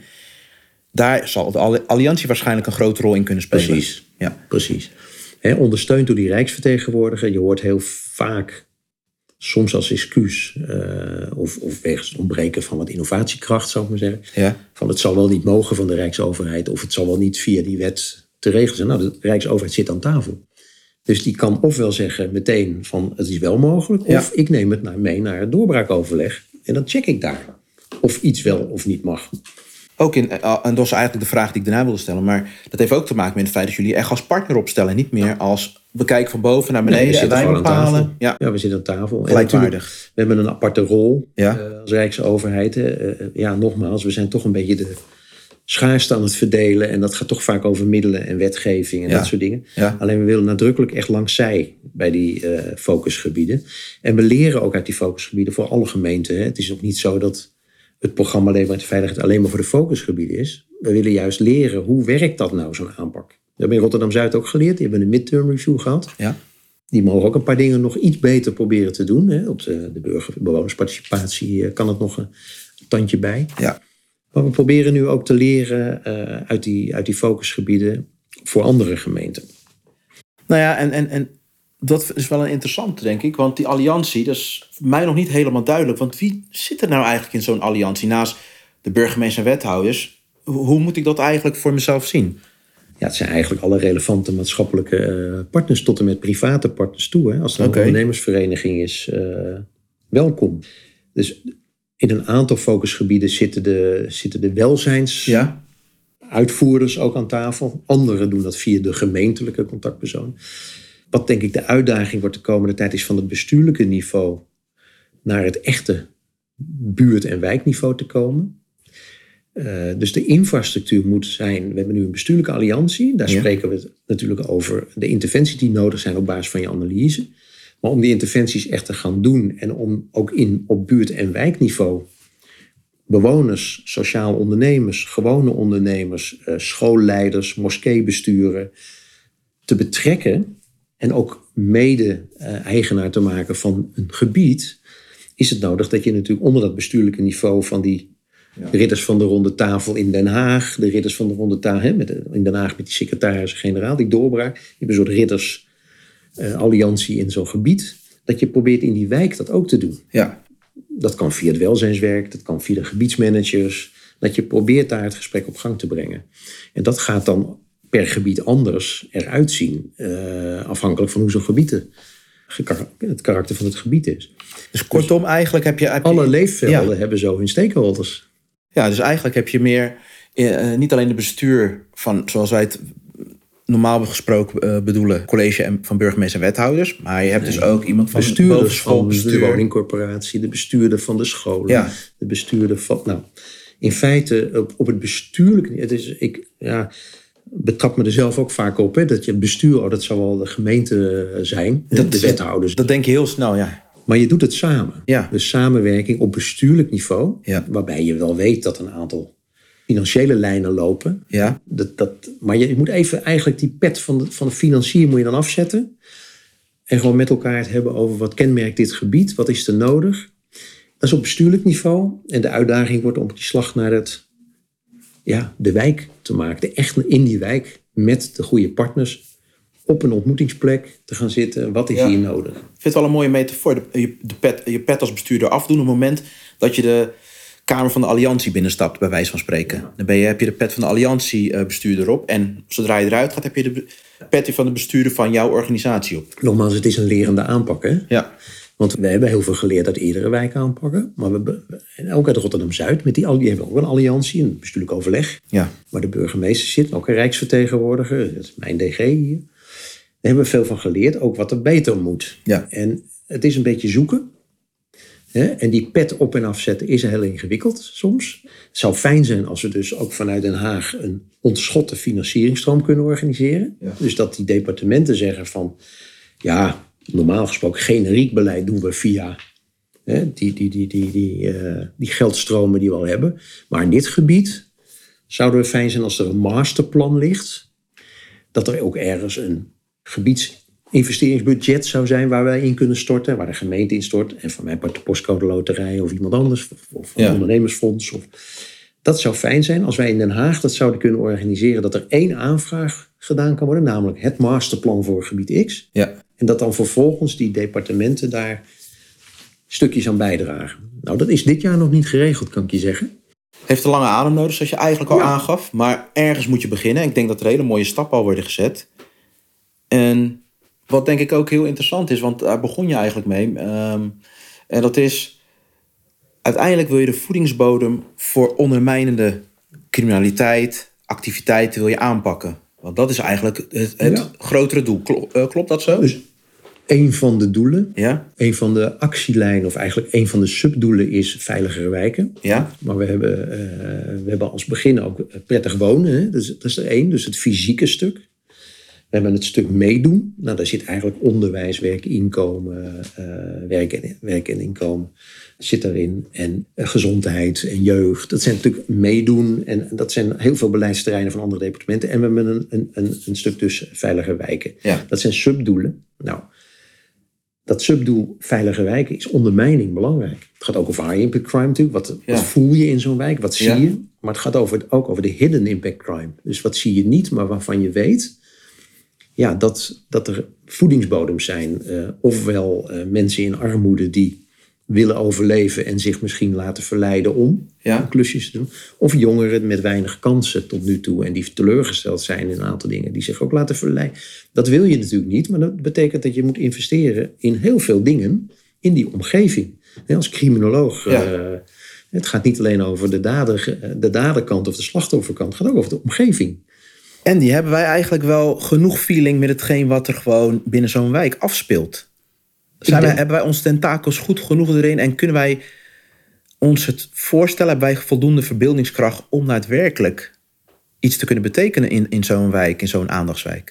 daar zal de alliantie waarschijnlijk een grote rol in kunnen spelen. Precies. Ja. Precies. He, ondersteund door die rijksvertegenwoordiger. Je hoort heel vaak, soms als excuus, uh, of, of wegens het ontbreken van wat innovatiekracht, zou ik maar zeggen. Ja. Van het zal wel niet mogen van de Rijksoverheid, of het zal wel niet via die wet te regelen zijn. Nou, de Rijksoverheid zit aan tafel. Dus die kan ofwel zeggen meteen van het is wel mogelijk, Ja. of ik neem het naar, mee naar het doorbraakoverleg en dan check ik daar of iets wel of niet mag. Ook in, en dat is eigenlijk de vraag die ik daarna wilde stellen, maar dat heeft ook te maken met het feit dat jullie echt als partner opstellen, niet meer als bekijken van boven naar beneden. Nee, we en zitten wij gewoon aan bepalen. tafel. Ja. Ja, we zitten aan tafel. En Gelijkwaardig. natuurlijk, we hebben een aparte rol Ja. uh, als Rijksoverheid. Uh, ja, nogmaals, we zijn toch een beetje de schaarste aan het verdelen. En dat gaat toch vaak over middelen en wetgeving en Ja. dat soort dingen. Ja. Alleen we willen nadrukkelijk echt langs zij bij die uh, focusgebieden. En we leren ook uit die focusgebieden voor alle gemeenten. Hè. Het is ook niet zo dat het programma Leefbaarheid en Veiligheid alleen maar voor de focusgebieden is. We willen juist leren, hoe werkt dat nou, zo'n aanpak? We hebben in Rotterdam-Zuid ook geleerd. Die hebben een midterm review gehad. Ja. Die mogen ook een paar dingen nog iets beter proberen te doen. Hè. Op de, de burgerbewonersparticipatie kan het nog een tandje bij. Ja. Maar we proberen nu ook te leren uh, uit, die, uit die focusgebieden voor andere gemeenten. Nou ja, en, en, en dat is wel een interessante, denk ik. Want die alliantie, dat is voor mij nog niet helemaal duidelijk. Want wie zit er nou eigenlijk in zo'n alliantie? Naast de burgemeester en wethouders. Hoe, hoe moet ik dat eigenlijk voor mezelf zien? Ja, het zijn eigenlijk alle relevante maatschappelijke uh, partners, tot en met private partners toe. Hè. Als er een Okay. ondernemersvereniging is, uh, welkom. Dus in een aantal focusgebieden zitten de, zitten de welzijnsuitvoerders Ja. ook aan tafel. Anderen doen dat via de gemeentelijke contactpersoon. Wat denk ik de uitdaging wordt de komende tijd is van het bestuurlijke niveau naar het echte buurt- en wijkniveau te komen. Uh, dus de infrastructuur moet zijn. We hebben nu een bestuurlijke alliantie. Daar Ja. spreken we natuurlijk over de interventies die nodig zijn op basis van je analyse. Maar om die interventies echt te gaan doen en om ook in, op buurt- en wijkniveau bewoners, sociaal ondernemers, gewone ondernemers, uh, schoolleiders, moskeebesturen te betrekken en ook mede-eigenaar te maken van een gebied, is het nodig dat je natuurlijk onder dat bestuurlijke niveau van die Ja. de ridders van de ronde tafel in Den Haag, de ridders van de ronde tafel hè, met de, in Den Haag met die secretaris-generaal, die doorbraak. Je hebt een soort riddersalliantie uh, in zo'n gebied. Dat je probeert in die wijk dat ook te doen. Ja. Dat kan via het welzijnswerk, dat kan via de gebiedsmanagers. Dat je probeert daar het gesprek op gang te brengen. En dat gaat dan per gebied anders eruit zien. Uh, afhankelijk van hoe zo'n gebied er, het karakter van het gebied is. Dus kortom, eigenlijk heb je... Heb je Alle leefvelden Ja. hebben zo hun stakeholders. Ja, dus eigenlijk heb je meer, eh, niet alleen de bestuur van, zoals wij het normaal gesproken uh, bedoelen, college en van burgemeester en wethouders. Maar je hebt Nee, dus ook iemand van bestuurders het van de bovenschoolbestuur. woningcorporatie, de bestuurder van de scholen, Ja. de bestuurder van... Nou, in feite op, op het bestuurlijke... Het is, ik ja, betrap me er zelf ook vaak op, hè, dat je bestuur, oh, dat zou wel de gemeente zijn, Dat- de wethouders. Dat denk je heel snel, ja. Maar je doet het samen. Ja. Dus samenwerking op bestuurlijk niveau, Ja. waarbij je wel weet dat een aantal financiële lijnen lopen. Ja. Dat, dat, maar je moet even eigenlijk die pet van de, van de financier moet je dan afzetten. En gewoon met elkaar het hebben over wat kenmerkt dit gebied, wat is er nodig. Dat is op bestuurlijk niveau. En de uitdaging wordt om die slag naar het, ja, de wijk te maken. De echt in die wijk met de goede partners op een ontmoetingsplek te gaan zitten. Wat is Ja. hier nodig? Ik vind het wel een mooie metafoor. De, je, de pet, je pet als bestuurder afdoen op het moment dat je de Kamer van de Alliantie binnenstapt, bij wijze van spreken. Dan ben je, heb je de pet van de Alliantie-bestuurder op. En zodra je eruit gaat, heb je de pet van de bestuurder van jouw organisatie op. Nogmaals, het is een lerende aanpak, hè? Ja. Want we hebben heel veel geleerd uit eerdere wijken aanpakken. Maar we, en ook uit Rotterdam-Zuid, met die, die hebben ook een alliantie, een bestuurlijk overleg. Ja. Waar de burgemeester zit, ook een rijksvertegenwoordiger. Dat is mijn D G hier. Daar hebben we veel van geleerd, ook wat er beter moet. Ja. En het is een beetje zoeken. Hè? En die pet op en afzetten is heel ingewikkeld soms. Het zou fijn zijn als we dus ook vanuit Den Haag een ontschotte financieringstroom kunnen organiseren. Ja. Dus dat die departementen zeggen van, ja, normaal gesproken generiek beleid doen we via hè, die, die, die, die, die, uh, die geldstromen die we al hebben. Maar in dit gebied zouden het fijn zijn als er een masterplan ligt. Dat er ook ergens een gebiedsinvesteringsbudget zou zijn waar wij in kunnen storten. Waar de gemeente in stort. En van mijn part de postcode loterij of iemand anders. Of, of een ja. ondernemersfonds. Of, dat zou fijn zijn als wij in Den Haag dat zouden kunnen organiseren. Dat er één aanvraag gedaan kan worden. Namelijk het masterplan voor gebied X. Ja. En dat dan vervolgens die departementen daar stukjes aan bijdragen. Nou, dat is dit jaar nog niet geregeld, kan ik je zeggen. Heeft een lange adem nodig, zoals je eigenlijk al ja. aangaf. Maar ergens moet je beginnen. Ik denk dat er hele mooie stappen al worden gezet. En wat denk ik ook heel interessant is, want daar begon je eigenlijk mee. Um, en dat is, uiteindelijk wil je de voedingsbodem voor ondermijnende criminaliteit, activiteiten wil je aanpakken. Want dat is eigenlijk het, het ja. grotere doel. Klopt, uh, klopt dat zo? Dus een van de doelen, ja. een van de actielijnen, of eigenlijk een van de subdoelen is veiligere wijken. Ja. Maar we hebben, uh, we hebben als begin ook prettig wonen. Hè? Dus, dat is er één, dus het fysieke stuk. We hebben het stuk meedoen. Nou, daar zit eigenlijk onderwijs, werk, inkomen, uh, werk, en, werk en inkomen zit daarin. En uh, gezondheid en jeugd. Dat zijn natuurlijk meedoen. En dat zijn heel veel beleidsterreinen van andere departementen. En we hebben een, een, een, een stuk dus veilige wijken. Ja. Dat zijn subdoelen. Nou, dat subdoel veilige wijken is ondermijning belangrijk. Het gaat ook over high impact crime natuurlijk. Wat, ja. wat voel je in zo'n wijk? Wat zie ja. je? Maar het gaat over, ook over de hidden impact crime. Dus wat zie je niet, maar waarvan je weet... Ja, dat, dat er voedingsbodems zijn. Uh, ofwel uh, mensen in armoede die willen overleven en zich misschien laten verleiden om ja. klusjes te doen. Of jongeren met weinig kansen tot nu toe en die teleurgesteld zijn in een aantal dingen. Die zich ook laten verleiden. Dat wil je natuurlijk niet, maar dat betekent dat je moet investeren in heel veel dingen in die omgeving. En als criminoloog, ja. uh, het gaat niet alleen over de, dader, de daderkant of de slachtofferkant. Het gaat ook over de omgeving. En die hebben wij eigenlijk wel genoeg feeling met hetgeen wat er gewoon binnen zo'n wijk afspeelt. Zijn wij, hebben wij onze tentakels goed genoeg erin en kunnen wij ons het voorstellen, hebben wij voldoende verbeeldingskracht om daadwerkelijk iets te kunnen betekenen in, in zo'n wijk, in zo'n aandachtswijk?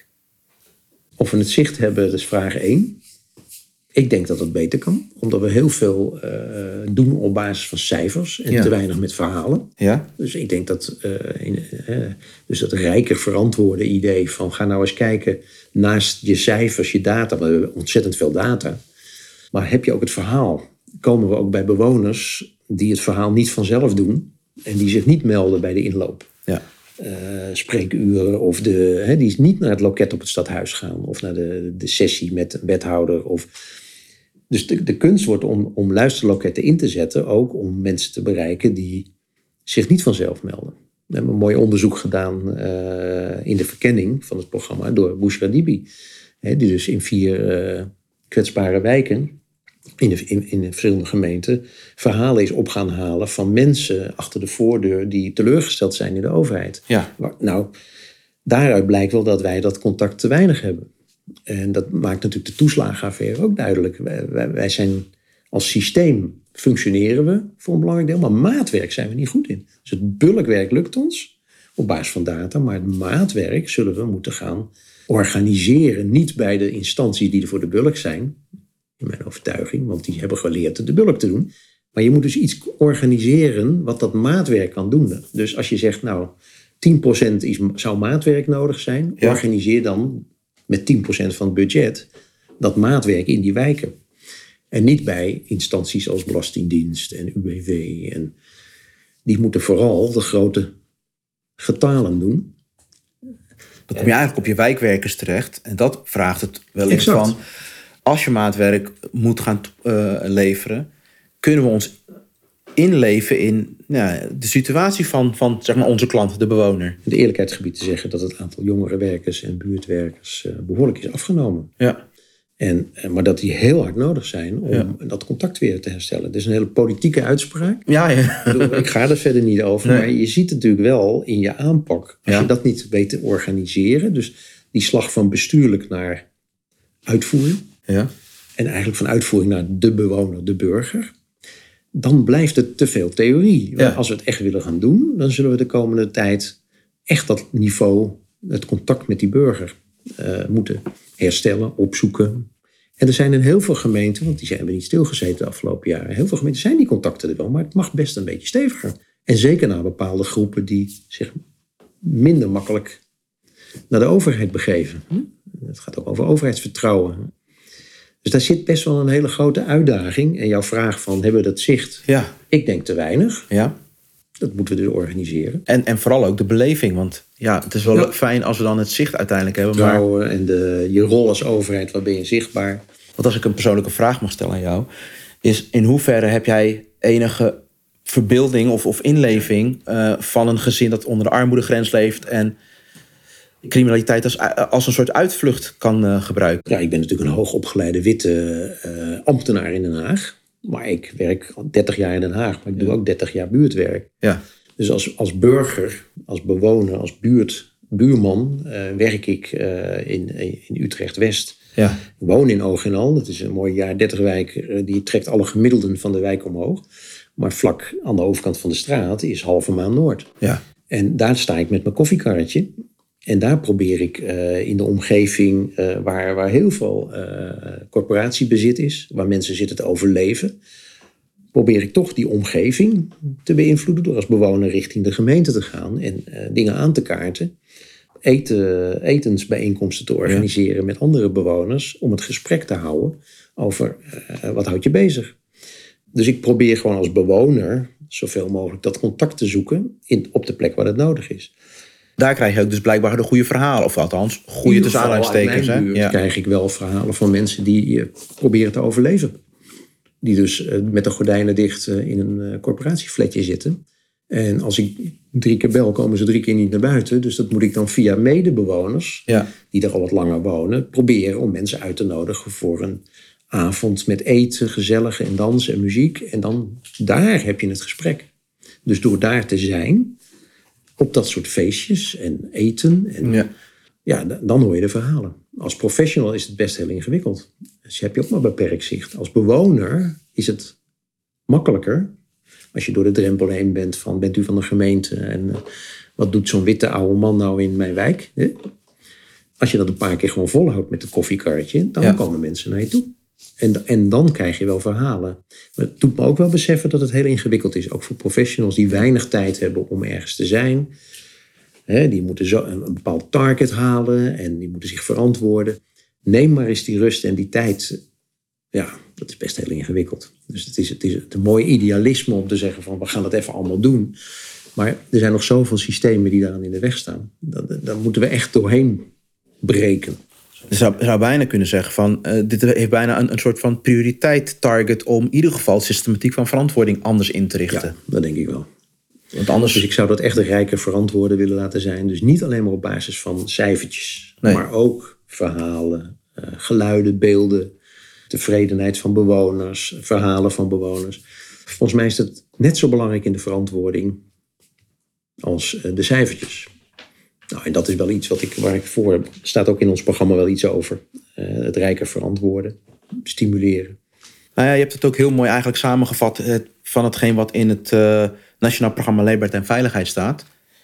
Of we het zicht hebben, dat is vraag één. Ik denk dat het beter kan, omdat we heel veel uh, doen op basis van cijfers en ja. te weinig met verhalen. Ja. Dus ik denk dat uh, in, uh, dus dat rijker verantwoorde idee van ga nou eens kijken naast je cijfers, je data. We hebben ontzettend veel data. Maar heb je ook het verhaal? Komen we ook bij bewoners die het verhaal niet vanzelf doen en die zich niet melden bij de inloop? Ja. Uh, spreekuren of de, hè, die niet naar het loket op het stadhuis gaan of naar de, de sessie met een wethouder. Of, dus de, de kunst wordt om, om luisterloketten in te zetten, ook om mensen te bereiken die zich niet vanzelf melden. We hebben een mooi onderzoek gedaan uh, in de verkenning van het programma door Bushra Dibi, hè, die dus in vier uh, kwetsbare wijken in de, in, in de verschillende gemeenten verhalen is op gaan halen van mensen achter de voordeur die teleurgesteld zijn in de overheid. Ja. Nou, daaruit blijkt wel dat wij dat contact te weinig hebben. En dat maakt natuurlijk de toeslagenaffaire ook duidelijk. Wij, wij, wij zijn als systeem functioneren we voor een belangrijk deel, maar maatwerk zijn we niet goed in. Dus het bulkwerk lukt ons op basis van data, maar het maatwerk zullen we moeten gaan organiseren. Niet bij de instanties die er voor de bulk zijn, in mijn overtuiging, want die hebben geleerd de bulk te doen. Maar je moet dus iets organiseren wat dat maatwerk kan doen. Dus als je zegt, nou, tien procent is, zou maatwerk nodig zijn, ja. organiseer dan met tien procent van het budget dat maatwerk in die wijken. En niet bij instanties als Belastingdienst en U W V. En die moeten vooral de grote getalen doen. Dan kom je eigenlijk op je wijkwerkers terecht. En dat vraagt het wellicht van, als je maatwerk moet gaan uh, leveren, kunnen we ons inleven in nou, de situatie van, van zeg maar, onze klant, de bewoner. De eerlijkheidsgebied te zeggen dat het aantal jongerenwerkers en buurtwerkers uh, behoorlijk is afgenomen. Ja. En, maar dat die heel hard nodig zijn om ja. dat contact weer te herstellen. Het is een hele politieke uitspraak. Ja, ja. Ik, bedoel, ik ga er verder niet over. Nee. Maar je ziet natuurlijk wel in je aanpak. Als ja. je dat niet weet te organiseren. Dus die slag van bestuurlijk naar uitvoering. Ja. En eigenlijk van uitvoering naar de bewoner, de burger. Dan blijft het te veel theorie. Ja. Als we het echt willen gaan doen. Dan zullen we de komende tijd echt dat niveau, het contact met die burger uh, moeten herstellen, opzoeken. En er zijn in heel veel gemeenten, want die hebben niet stilgezeten de afgelopen jaren. Heel veel gemeenten zijn die contacten er wel, maar het mag best een beetje steviger. En zeker naar bepaalde groepen die zich minder makkelijk naar de overheid begeven. Het gaat ook over overheidsvertrouwen. Dus daar zit best wel een hele grote uitdaging. En jouw vraag van, hebben we dat zicht? Ja. Ik denk te weinig. Ja. Dat moeten we dus organiseren. En, en vooral ook de beleving. Want ja, het is wel ja. fijn als we dan het zicht uiteindelijk hebben. Trouwen maar... en de, je rol als overheid, wat ben je zichtbaar? Want als ik een persoonlijke vraag mag stellen aan jou, is in hoeverre heb jij enige verbeelding of, of inleving uh, van een gezin dat onder de armoedegrens leeft en criminaliteit als, als een soort uitvlucht kan uh, gebruiken? Ja, ik ben natuurlijk een hoogopgeleide witte uh, ambtenaar in Den Haag. Maar ik werk al dertig jaar in Den Haag, maar ik doe ja. ook dertig jaar buurtwerk. Ja. Dus als, als burger, als bewoner, als buurt, buurman uh, werk ik uh, in, in Utrecht-West. Ja. Ik woon in Oog en Al. Dat is een mooi jaar dertig wijk. Uh, die trekt alle gemiddelden van de wijk omhoog. Maar vlak aan de overkant van de straat is Halve Maan Noord. Ja. En daar sta ik met mijn koffiekarretje. En daar probeer ik uh, in de omgeving uh, waar, waar heel veel uh, corporatiebezit is, waar mensen zitten te overleven, probeer ik toch die omgeving te beïnvloeden door als bewoner richting de gemeente te gaan en uh, dingen aan te kaarten. Eten, etensbijeenkomsten te organiseren ja. met andere bewoners om het gesprek te houden over uh, wat houdt je bezig. Dus ik probeer gewoon als bewoner zoveel mogelijk dat contact te zoeken in, op de plek waar het nodig is. Daar krijg je ook dus blijkbaar de goede verhalen. Of althans, goede tussen aanhalingstekens. Uit mijn buurt ja. krijg ik wel verhalen van mensen die uh, proberen te overleven. Die dus uh, met de gordijnen dicht uh, in een uh, corporatieflatje zitten. En als ik drie keer bel, komen ze drie keer niet naar buiten. Dus dat moet ik dan via medebewoners, ja. die er al wat langer wonen, proberen om mensen uit te nodigen voor een avond met eten, gezellig en dansen en muziek. En dan daar heb je het gesprek. Dus door daar te zijn op dat soort feestjes en eten. En ja. ja, dan hoor je de verhalen. Als professional is het best heel ingewikkeld. Dus je hebt je ook maar beperkt zicht. Als bewoner is het makkelijker. Als je door de drempel heen bent van, bent u van de gemeente? En uh, wat doet zo'n witte oude man nou in mijn wijk? Hè? Als je dat een paar keer gewoon volhoudt met een koffiekarretje, dan ja. komen mensen naar je toe. En, en dan krijg je wel verhalen. Maar het doet me ook wel beseffen dat het heel ingewikkeld is. Ook voor professionals die weinig tijd hebben om ergens te zijn. He, die moeten zo een, een bepaald target halen. En die moeten zich verantwoorden. Neem maar eens die rust en die tijd. Ja, dat is best heel ingewikkeld. Dus het is, het is een mooi idealisme om te zeggen van we gaan dat even allemaal doen. Maar er zijn nog zoveel systemen die daaraan in de weg staan. Daar moeten we echt doorheen breken. Je zou, zou bijna kunnen zeggen van uh, dit heeft bijna een, een soort van prioriteit target om in ieder geval systematiek van verantwoording anders in te richten. Ja, dat denk ik wel. Want anders... Dus ik zou dat echt een rijke verantwoorden willen laten zijn. Dus niet alleen maar op basis van cijfertjes, nee. maar ook verhalen, uh, geluiden, beelden, tevredenheid van bewoners, verhalen van bewoners. Volgens mij is dat net zo belangrijk in de verantwoording als uh, de cijfertjes. Nou, en dat is wel iets wat ik, waar ik voor heb. Er staat ook in ons programma wel iets over. Uh, het rijker verantwoorden, stimuleren. Nou ja, je hebt het ook heel mooi eigenlijk samengevat uh, van hetgeen wat in het uh, Nationaal Programma Leefbaarheid en Veiligheid staat.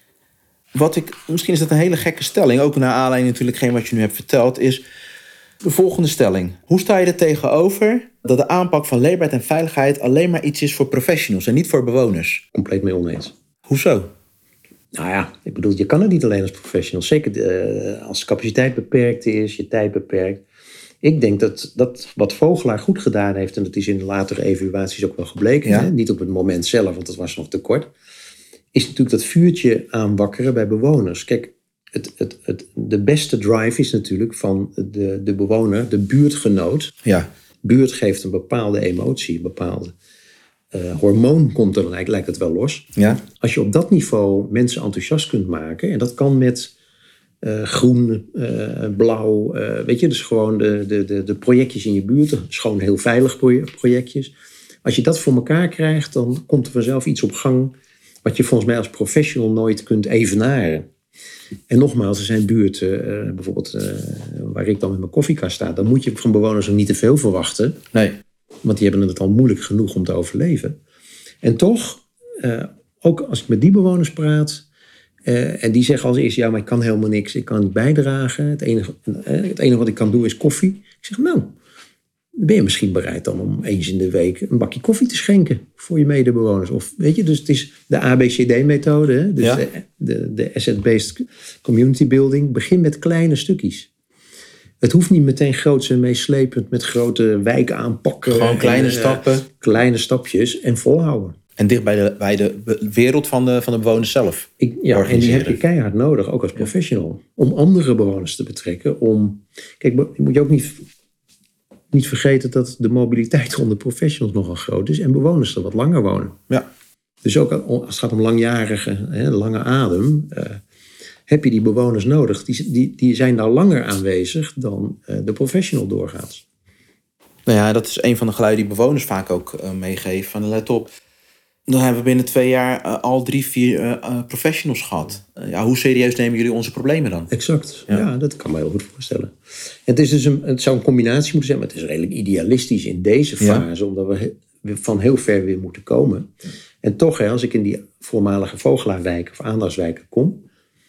Wat ik, misschien is dat een hele gekke stelling, ook naar aanleiding natuurlijk geen wat je nu hebt verteld, is de volgende stelling. Hoe sta je er tegenover dat de aanpak van leefbaarheid en veiligheid alleen maar iets is voor professionals en niet voor bewoners? Compleet mee oneens. Hoezo? Nou ja, ik bedoel, je kan het niet alleen als professional. Zeker uh, als de capaciteit beperkt is, je tijd beperkt. Ik denk dat, dat wat Vogelaar goed gedaan heeft, en dat is in de latere evaluaties ook wel gebleken, ja. hè? Niet op het moment zelf, want dat was nog te kort, is natuurlijk dat vuurtje aanwakkeren bij bewoners. Kijk, het, het, het, de beste drive is natuurlijk van de, de bewoner, de buurtgenoot. Ja. Buurt geeft een bepaalde emotie, een bepaalde uh, hormoon komt er dan eigenlijk, lijkt het wel los. Ja. Als je op dat niveau mensen enthousiast kunt maken, en dat kan met uh, groen, uh, blauw, uh, weet je, dus gewoon de, de, de, de projectjes in je buurt, dus gewoon heel veilig projectjes. Als je dat voor elkaar krijgt, dan komt er vanzelf iets op gang wat je volgens mij als professional nooit kunt evenaren. En nogmaals, er zijn buurten, uh, bijvoorbeeld uh, waar ik dan met mijn koffiekast sta, dan moet je van bewoners ook niet te veel verwachten. Nee. Want die hebben het al moeilijk genoeg om te overleven. En toch, uh, ook als ik met die bewoners praat, uh, en die zeggen als eerst, ja, maar ik kan helemaal niks, ik kan niet bijdragen. Het enige, uh, het enige wat ik kan doen is koffie. Ik zeg, nou, ben je misschien bereid dan om eens in de week een bakje koffie te schenken voor je medebewoners? Of weet je, dus het is de A B C D-methode, hè? Dus ja. de, de, de asset-based community building. Begin met kleine stukjes. Het hoeft niet meteen groots en meeslepend met grote wijken aanpakken. Gewoon kleine en, stappen. Uh, kleine stapjes en volhouden. En dicht bij de, bij de wereld van de, van de bewoners zelf. Ik, ja, en die heb je keihard nodig, ook als professional. Om andere bewoners te betrekken. Om, kijk, je moet je ook niet, niet vergeten dat de mobiliteit onder professionals nogal groot is. En bewoners er wat langer wonen. Ja. Dus ook als het gaat om langjarige, hè, lange adem, Uh, heb je die bewoners nodig. Die, die, die zijn daar langer aanwezig dan uh, de professional doorgaat. Nou ja, dat is een van de geluiden die bewoners vaak ook uh, meegeven. Van let op, dan hebben we binnen twee jaar uh, al drie, vier uh, uh, professionals gehad. Uh, ja, hoe serieus nemen jullie onze problemen dan? Exact, ja, ja dat kan me heel goed voorstellen. Het, is dus een, het zou een combinatie moeten zijn, maar het is redelijk idealistisch in deze fase. Ja. Omdat we van heel ver weer moeten komen. En toch, hè, als ik in die voormalige Vogelaarwijken of aandachtswijken kom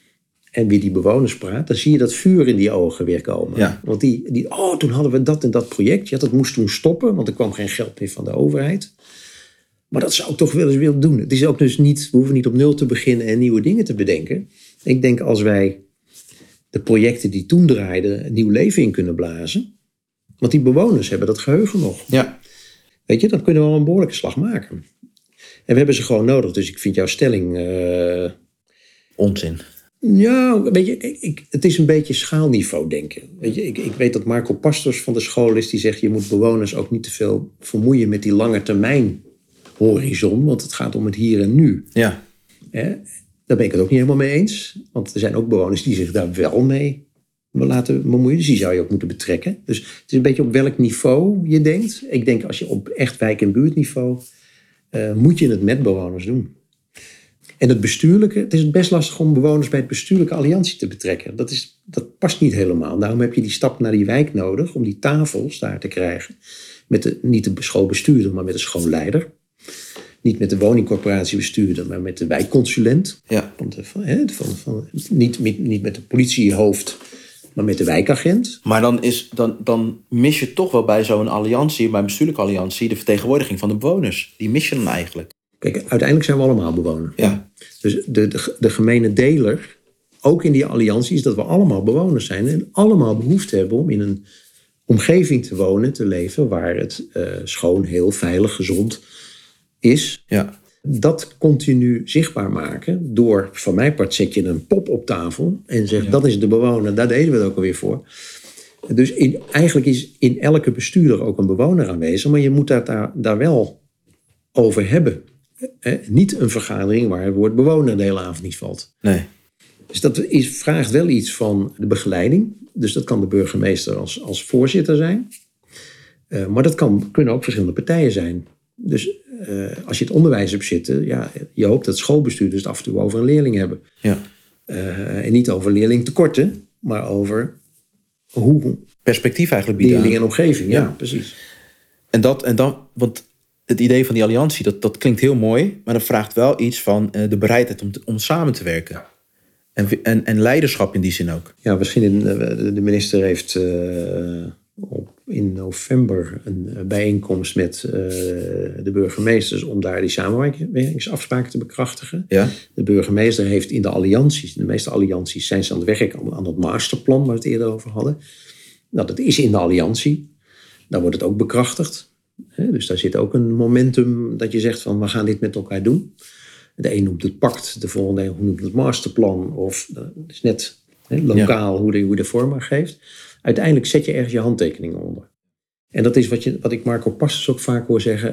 en wie die bewoners praat, dan zie je dat vuur in die ogen weer komen. Ja. Want die, die, oh, toen hadden we dat en dat project. Ja, dat moest toen stoppen, want er kwam geen geld meer van de overheid. Maar dat zou ik toch wel eens willen doen. Het is ook dus niet, we hoeven niet op nul te beginnen en nieuwe dingen te bedenken. Ik denk als wij de projecten die toen draaiden een nieuw leven in kunnen blazen. Want die bewoners hebben dat geheugen nog. Ja. Weet je, dan kunnen we wel een behoorlijke slag maken. En we hebben ze gewoon nodig. Dus ik vind jouw stelling Uh, onzin. Ja, weet je, ik, het is een beetje schaalniveau denken. Weet je, ik, ik weet dat Marco Pastors van de school is die zegt je moet bewoners ook niet te veel vermoeien met die lange termijn horizon, want het gaat om het hier en nu. Ja. Hè? Daar ben ik het ook niet helemaal mee eens. Want er zijn ook bewoners die zich daar wel mee laten bemoeien. Dus die zou je ook moeten betrekken. Dus het is een beetje op welk niveau je denkt. Ik denk als je op echt wijk- en buurtniveau Uh, moet je het met bewoners doen. En het bestuurlijke, het is best lastig om bewoners bij het bestuurlijke alliantie te betrekken. Dat, is, dat past niet helemaal. Daarom heb je die stap naar die wijk nodig om die tafels daar te krijgen. Met de, niet de schoolbestuurder, maar met de schoolleider. Niet met de woningcorporatiebestuurder, maar met de wijkconsulent. Ja. Van de, van, van, van, niet, niet met de politiehoofd, maar met de wijkagent. Maar dan, is, dan, dan mis je toch wel bij zo'n alliantie, bij een bestuurlijke alliantie, de vertegenwoordiging van de bewoners. Die mis je dan eigenlijk. Kijk, uiteindelijk zijn we allemaal bewoner. Ja. Dus de, de, de gemene deler, ook in die alliantie, is dat we allemaal bewoners zijn. En allemaal behoefte hebben om in een omgeving te wonen, te leven, waar het uh, schoon, heel veilig, gezond is. Ja. Dat continu zichtbaar maken door, van mijn part zet je een pop op tafel en zegt, ja, dat is de bewoner, daar deden we het ook alweer voor. Dus in, eigenlijk is in elke bestuurder ook een bewoner aanwezig, maar je moet dat daar, daar wel over hebben. Eh, niet een vergadering waar het woord bewoner de hele avond niet valt. Nee. Dus dat is, vraagt wel iets van de begeleiding. Dus dat kan de burgemeester als, als voorzitter zijn. Uh, maar dat kan, kunnen ook verschillende partijen zijn. Dus uh, als je het onderwijs hebt zitten, ja, je hoopt dat schoolbestuurders het af en toe over een leerling hebben. Ja. Uh, en niet over leerlingtekorten, maar over hoe perspectief eigenlijk bieden. Leerling en omgeving, ja, ja, precies. En dat, en dan, want het idee van die alliantie, dat, dat klinkt heel mooi, maar dat vraagt wel iets van uh, de bereidheid om, te, om samen te werken. En, en, en leiderschap in die zin ook. Ja, misschien in, de minister heeft uh, op, in november een bijeenkomst met uh, de burgemeesters om daar die samenwerkingsafspraken te bekrachtigen. Ja. De burgemeester heeft in de allianties, de meeste allianties zijn ze aan het werk aan, aan dat masterplan waar we het eerder over hadden. Nou, dat is in de alliantie. Daar wordt het ook bekrachtigd. He, dus daar zit ook een momentum dat je zegt van we gaan dit met elkaar doen. De een noemt het pact, de volgende noemt het masterplan. Of het is net he, lokaal ja. hoe, de, hoe je de vorm aan geeft. Uiteindelijk zet je ergens je handtekeningen onder. En dat is wat, je, wat ik Marco Pastors ook vaak hoor zeggen.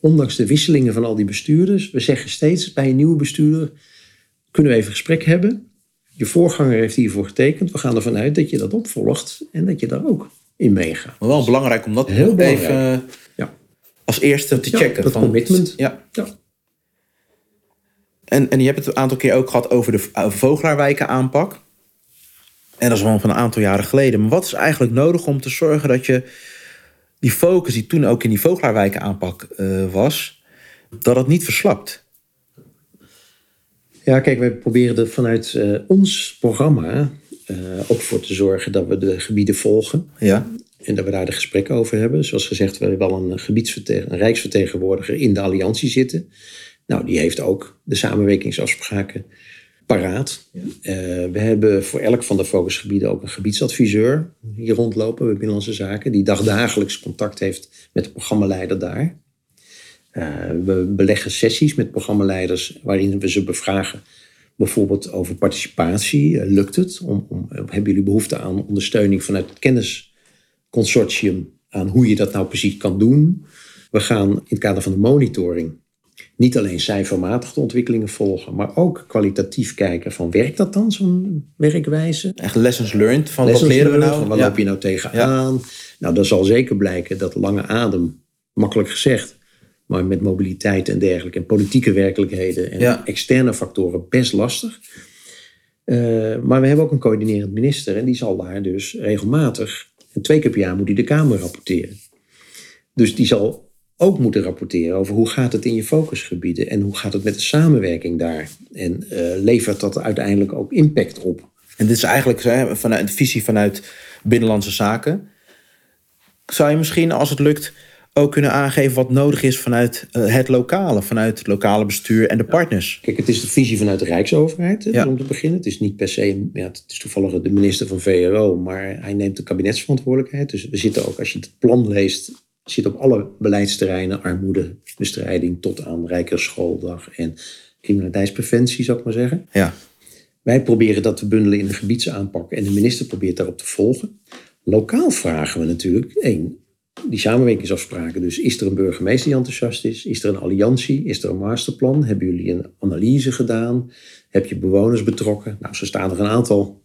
ondanks de wisselingen van al die bestuurders, we zeggen steeds bij een nieuwe bestuurder, kunnen we even een gesprek hebben. Je voorganger heeft hiervoor getekend. We gaan ervan uit dat je dat opvolgt en dat je daar ook in meegaat. Maar wel belangrijk om dat Heel belangrijk. even Ja. als eerste te Ja, checken. dat van, commitment. Ja. Ja. En, en je hebt het een aantal keer ook gehad over de uh, Vogelaarwijken aanpak. En dat is wel van een aantal jaren geleden. Maar wat is eigenlijk nodig om te zorgen dat je die focus die toen ook in die Vogelaarwijken aanpak uh, was, dat het niet verslapt? Ja, kijk, wij proberen er vanuit uh, ons programma uh, ook voor te zorgen dat we de gebieden volgen. Ja. En dat we daar de gesprekken over hebben. Zoals gezegd, we hebben wel een, gebiedsvertegen, een rijksvertegenwoordiger in de alliantie zitten. Nou, die heeft ook de samenwerkingsafspraken paraat. Ja. Uh, we hebben voor elk van de focusgebieden ook een gebiedsadviseur hier rondlopen bij Binnenlandse Zaken. Die dagdagelijks contact heeft met de programmaleider daar. Uh, we beleggen sessies met programmaleiders waarin we ze bevragen. Bijvoorbeeld over participatie. Uh, lukt het? Om, om, hebben jullie behoefte aan ondersteuning vanuit het kennisconsortium aan hoe je dat nou precies kan doen? We gaan in het kader van de monitoring niet alleen cijfermatig de ontwikkelingen volgen, maar ook kwalitatief kijken van werkt dat dan, zo'n werkwijze? Echt lessons learned van lessons wat leren we nou? Van waar ja. loop je nou tegenaan? Ja. Nou, dan zal zeker blijken dat lange adem, makkelijk gezegd, maar met mobiliteit en dergelijke en politieke werkelijkheden en ja. externe factoren best lastig. Uh, maar we hebben ook een coördinerend minister en die zal daar dus regelmatig, en twee keer per jaar moet hij de Kamer rapporteren. Dus die zal ook moeten rapporteren over hoe gaat het in je focusgebieden en hoe gaat het met de samenwerking daar. En uh, levert dat uiteindelijk ook impact op. En dit is eigenlijk hè, vanuit de visie vanuit Binnenlandse Zaken. Zou je misschien, als het lukt, ook kunnen aangeven wat nodig is vanuit uh, het lokale, vanuit het lokale bestuur en de partners? Kijk, het is de visie vanuit de Rijksoverheid, ja. om te beginnen. Het is niet per se, ja, het is toevallig de minister van V R O, maar hij neemt de kabinetsverantwoordelijkheid. Dus we zitten ook, als je het plan leest, zit op alle beleidsterreinen, armoedebestrijding tot aan rijkere schooldag en criminaliteitspreventie, zou ik maar zeggen. Ja. Wij proberen dat te bundelen in een gebiedsaanpak en de minister probeert daarop te volgen. Lokaal vragen we natuurlijk, één, die samenwerkingsafspraken. Dus is er een burgemeester die enthousiast is? Is er een alliantie? Is er een masterplan? Hebben jullie een analyse gedaan? Heb je bewoners betrokken? Nou, zo staan er een aantal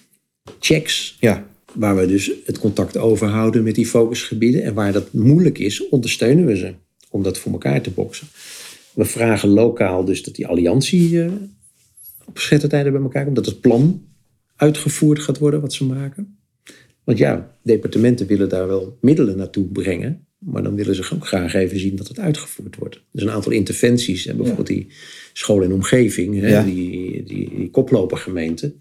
checks. Ja. Waar we dus het contact overhouden met die focusgebieden. En waar dat moeilijk is, ondersteunen we ze om dat voor elkaar te boksen. We vragen lokaal dus dat die alliantie uh, op gezette tijden bij elkaar komt. Dat het plan uitgevoerd gaat worden wat ze maken. Want ja, departementen willen daar wel middelen naartoe brengen. Maar dan willen ze ook graag even zien dat het uitgevoerd wordt. Dus een aantal interventies. Hè, bijvoorbeeld ja. die school en omgeving. Hè, ja. die, die, die koplopergemeente.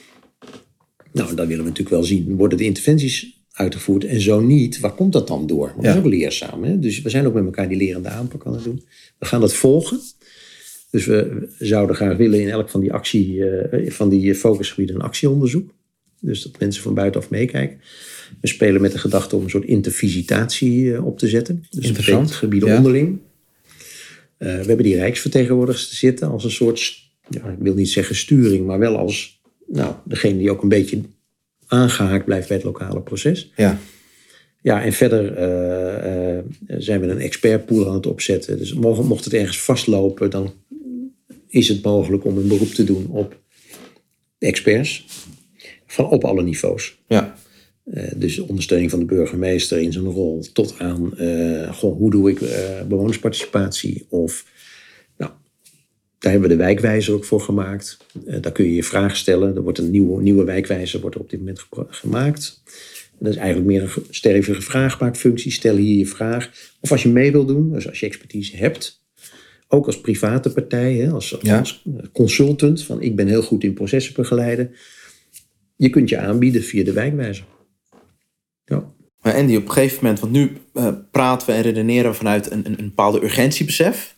Nou, dan willen we natuurlijk wel zien. Worden de interventies uitgevoerd? En zo niet, waar komt dat dan door? Want ja. dat is ook leerzaam. Hè? Dus we zijn ook met elkaar die lerende aanpak aan het doen. We gaan dat volgen. Dus we zouden graag willen in elk van die, actie, uh, van die focusgebieden een actieonderzoek. Dus dat mensen van buitenaf meekijken. We spelen met de gedachte om een soort intervisitatie uh, op te zetten. Dus dat betekent gebieden ja. onderling. Uh, we hebben die rijksvertegenwoordigers te zitten als een soort, ja, ik wil niet zeggen sturing, maar wel als nou, degene die ook een beetje aangehaakt blijft bij het lokale proces. Ja. Ja, en verder uh, uh, zijn we een expertpool aan het opzetten. Dus mocht het ergens vastlopen, dan is het mogelijk om een beroep te doen op de experts. Van op alle niveaus. Ja. Uh, dus ondersteuning van de burgemeester in zijn rol. Tot aan, uh, goh, hoe doe ik uh, bewonersparticipatie? Of, nou, daar hebben we de wijkwijzer ook voor gemaakt. Uh, daar kun je je vraag stellen. Er wordt een nieuwe, nieuwe wijkwijzer wordt er op dit moment gepro- gemaakt. En dat is eigenlijk meer een stevige vraagmaakfunctie. Stel hier je vraag. Of als je mee wil doen, dus als je expertise hebt. Ook als private partij, hè, als, ja. als consultant. Van ik ben heel goed in processen begeleiden. Je kunt je aanbieden via de wijkwijzer. Ja. Maar Andy, op een gegeven moment, want nu uh, praten we en redeneren we vanuit een, een, een bepaalde urgentiebesef.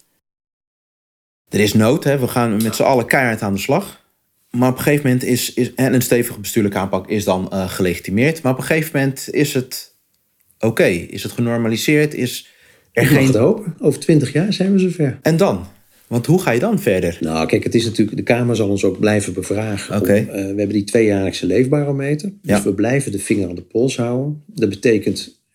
Er is nood, hè? We gaan met z'n allen keihard aan de slag. Maar op een gegeven moment is, is en een stevige bestuurlijke aanpak is dan uh, gelegitimeerd. Maar op een gegeven moment is het oké, okay. Is het genormaliseerd? Is er Ik geen... mag het hopen. Over twintig jaar zijn we zover. En dan? Want hoe ga je dan verder? Nou, kijk, het is natuurlijk, de Kamer zal ons ook blijven bevragen. Okay. Om, uh, we hebben die tweejaarlijkse leefbarometer. Dus ja. we blijven de vinger aan de pols houden. Dat betekent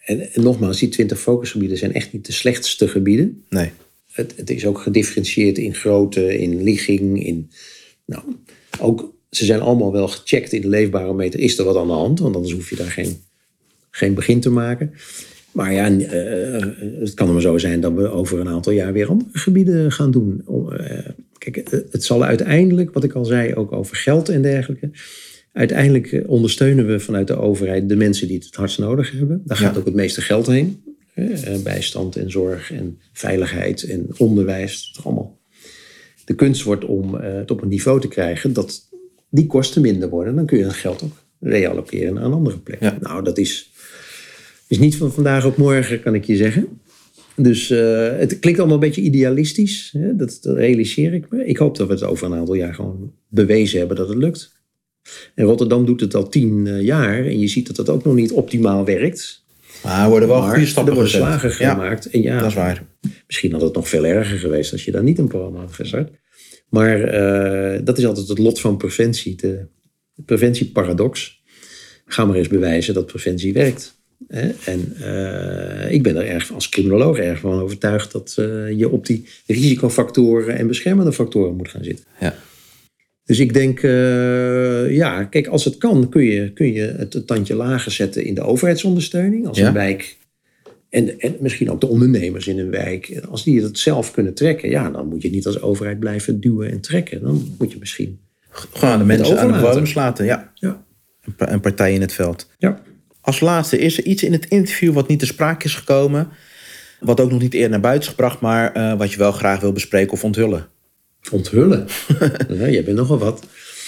En, en nogmaals, die twintig focusgebieden zijn echt niet de slechtste gebieden. Nee. Het, het is ook gedifferentieerd in grootte, in ligging. In, nou, ook, ze zijn allemaal wel gecheckt in de leefbarometer. Is er wat aan de hand? Want anders hoef je daar geen, geen begin te maken. Maar ja, uh, het kan maar zo zijn dat we over een aantal jaar weer andere gebieden gaan doen. Uh, kijk, het zal uiteindelijk, wat ik al zei, ook over geld en dergelijke. Uiteindelijk ondersteunen we vanuit de overheid de mensen die het het hardst nodig hebben. Daar gaat ja. ook het meeste geld heen. Bijstand en zorg en veiligheid en onderwijs. Toch allemaal. De kunst wordt om het op een niveau te krijgen dat die kosten minder worden. Dan kun je dat geld ook reallokeren naar een andere plek. Ja. Nou, dat is, is niet van vandaag op morgen, kan ik je zeggen. Dus uh, het klinkt allemaal een beetje idealistisch. Hè? Dat, dat realiseer ik me. Ik hoop dat we het over een aantal jaar gewoon bewezen hebben dat het lukt. En Rotterdam doet het al tien jaar en je ziet dat dat ook nog niet optimaal werkt. Maar er worden wel maar goede stappen er worden gezet. slagen gemaakt. Ja, en ja, dat is waar. Misschien had het nog veel erger geweest als je daar niet een programma had gestart. Maar uh, dat is altijd het lot van preventie. De, de preventieparadox. Ga maar eens bewijzen dat preventie werkt. Hè? En uh, ik ben er erg, als criminoloog erg van overtuigd dat uh, je op die risicofactoren en beschermende factoren moet gaan zitten. Ja. Dus ik denk, uh, ja, kijk, als het kan, kun je, kun je het een tandje lager zetten in de overheidsondersteuning. Als ja. een wijk, en, en misschien ook de ondernemers in een wijk, als die het zelf kunnen trekken, ja, dan moet je niet als overheid blijven duwen en trekken. Dan moet je misschien gewoon de mensen aan de bewoners laten, ja. ja. Een partij in het veld. Ja. Als laatste, is er iets in het interview wat niet ter sprake is gekomen, wat ook nog niet eerder naar buiten is gebracht, maar uh, wat je wel graag wil bespreken of onthullen? Onthullen? Ja, jij bent nogal wat.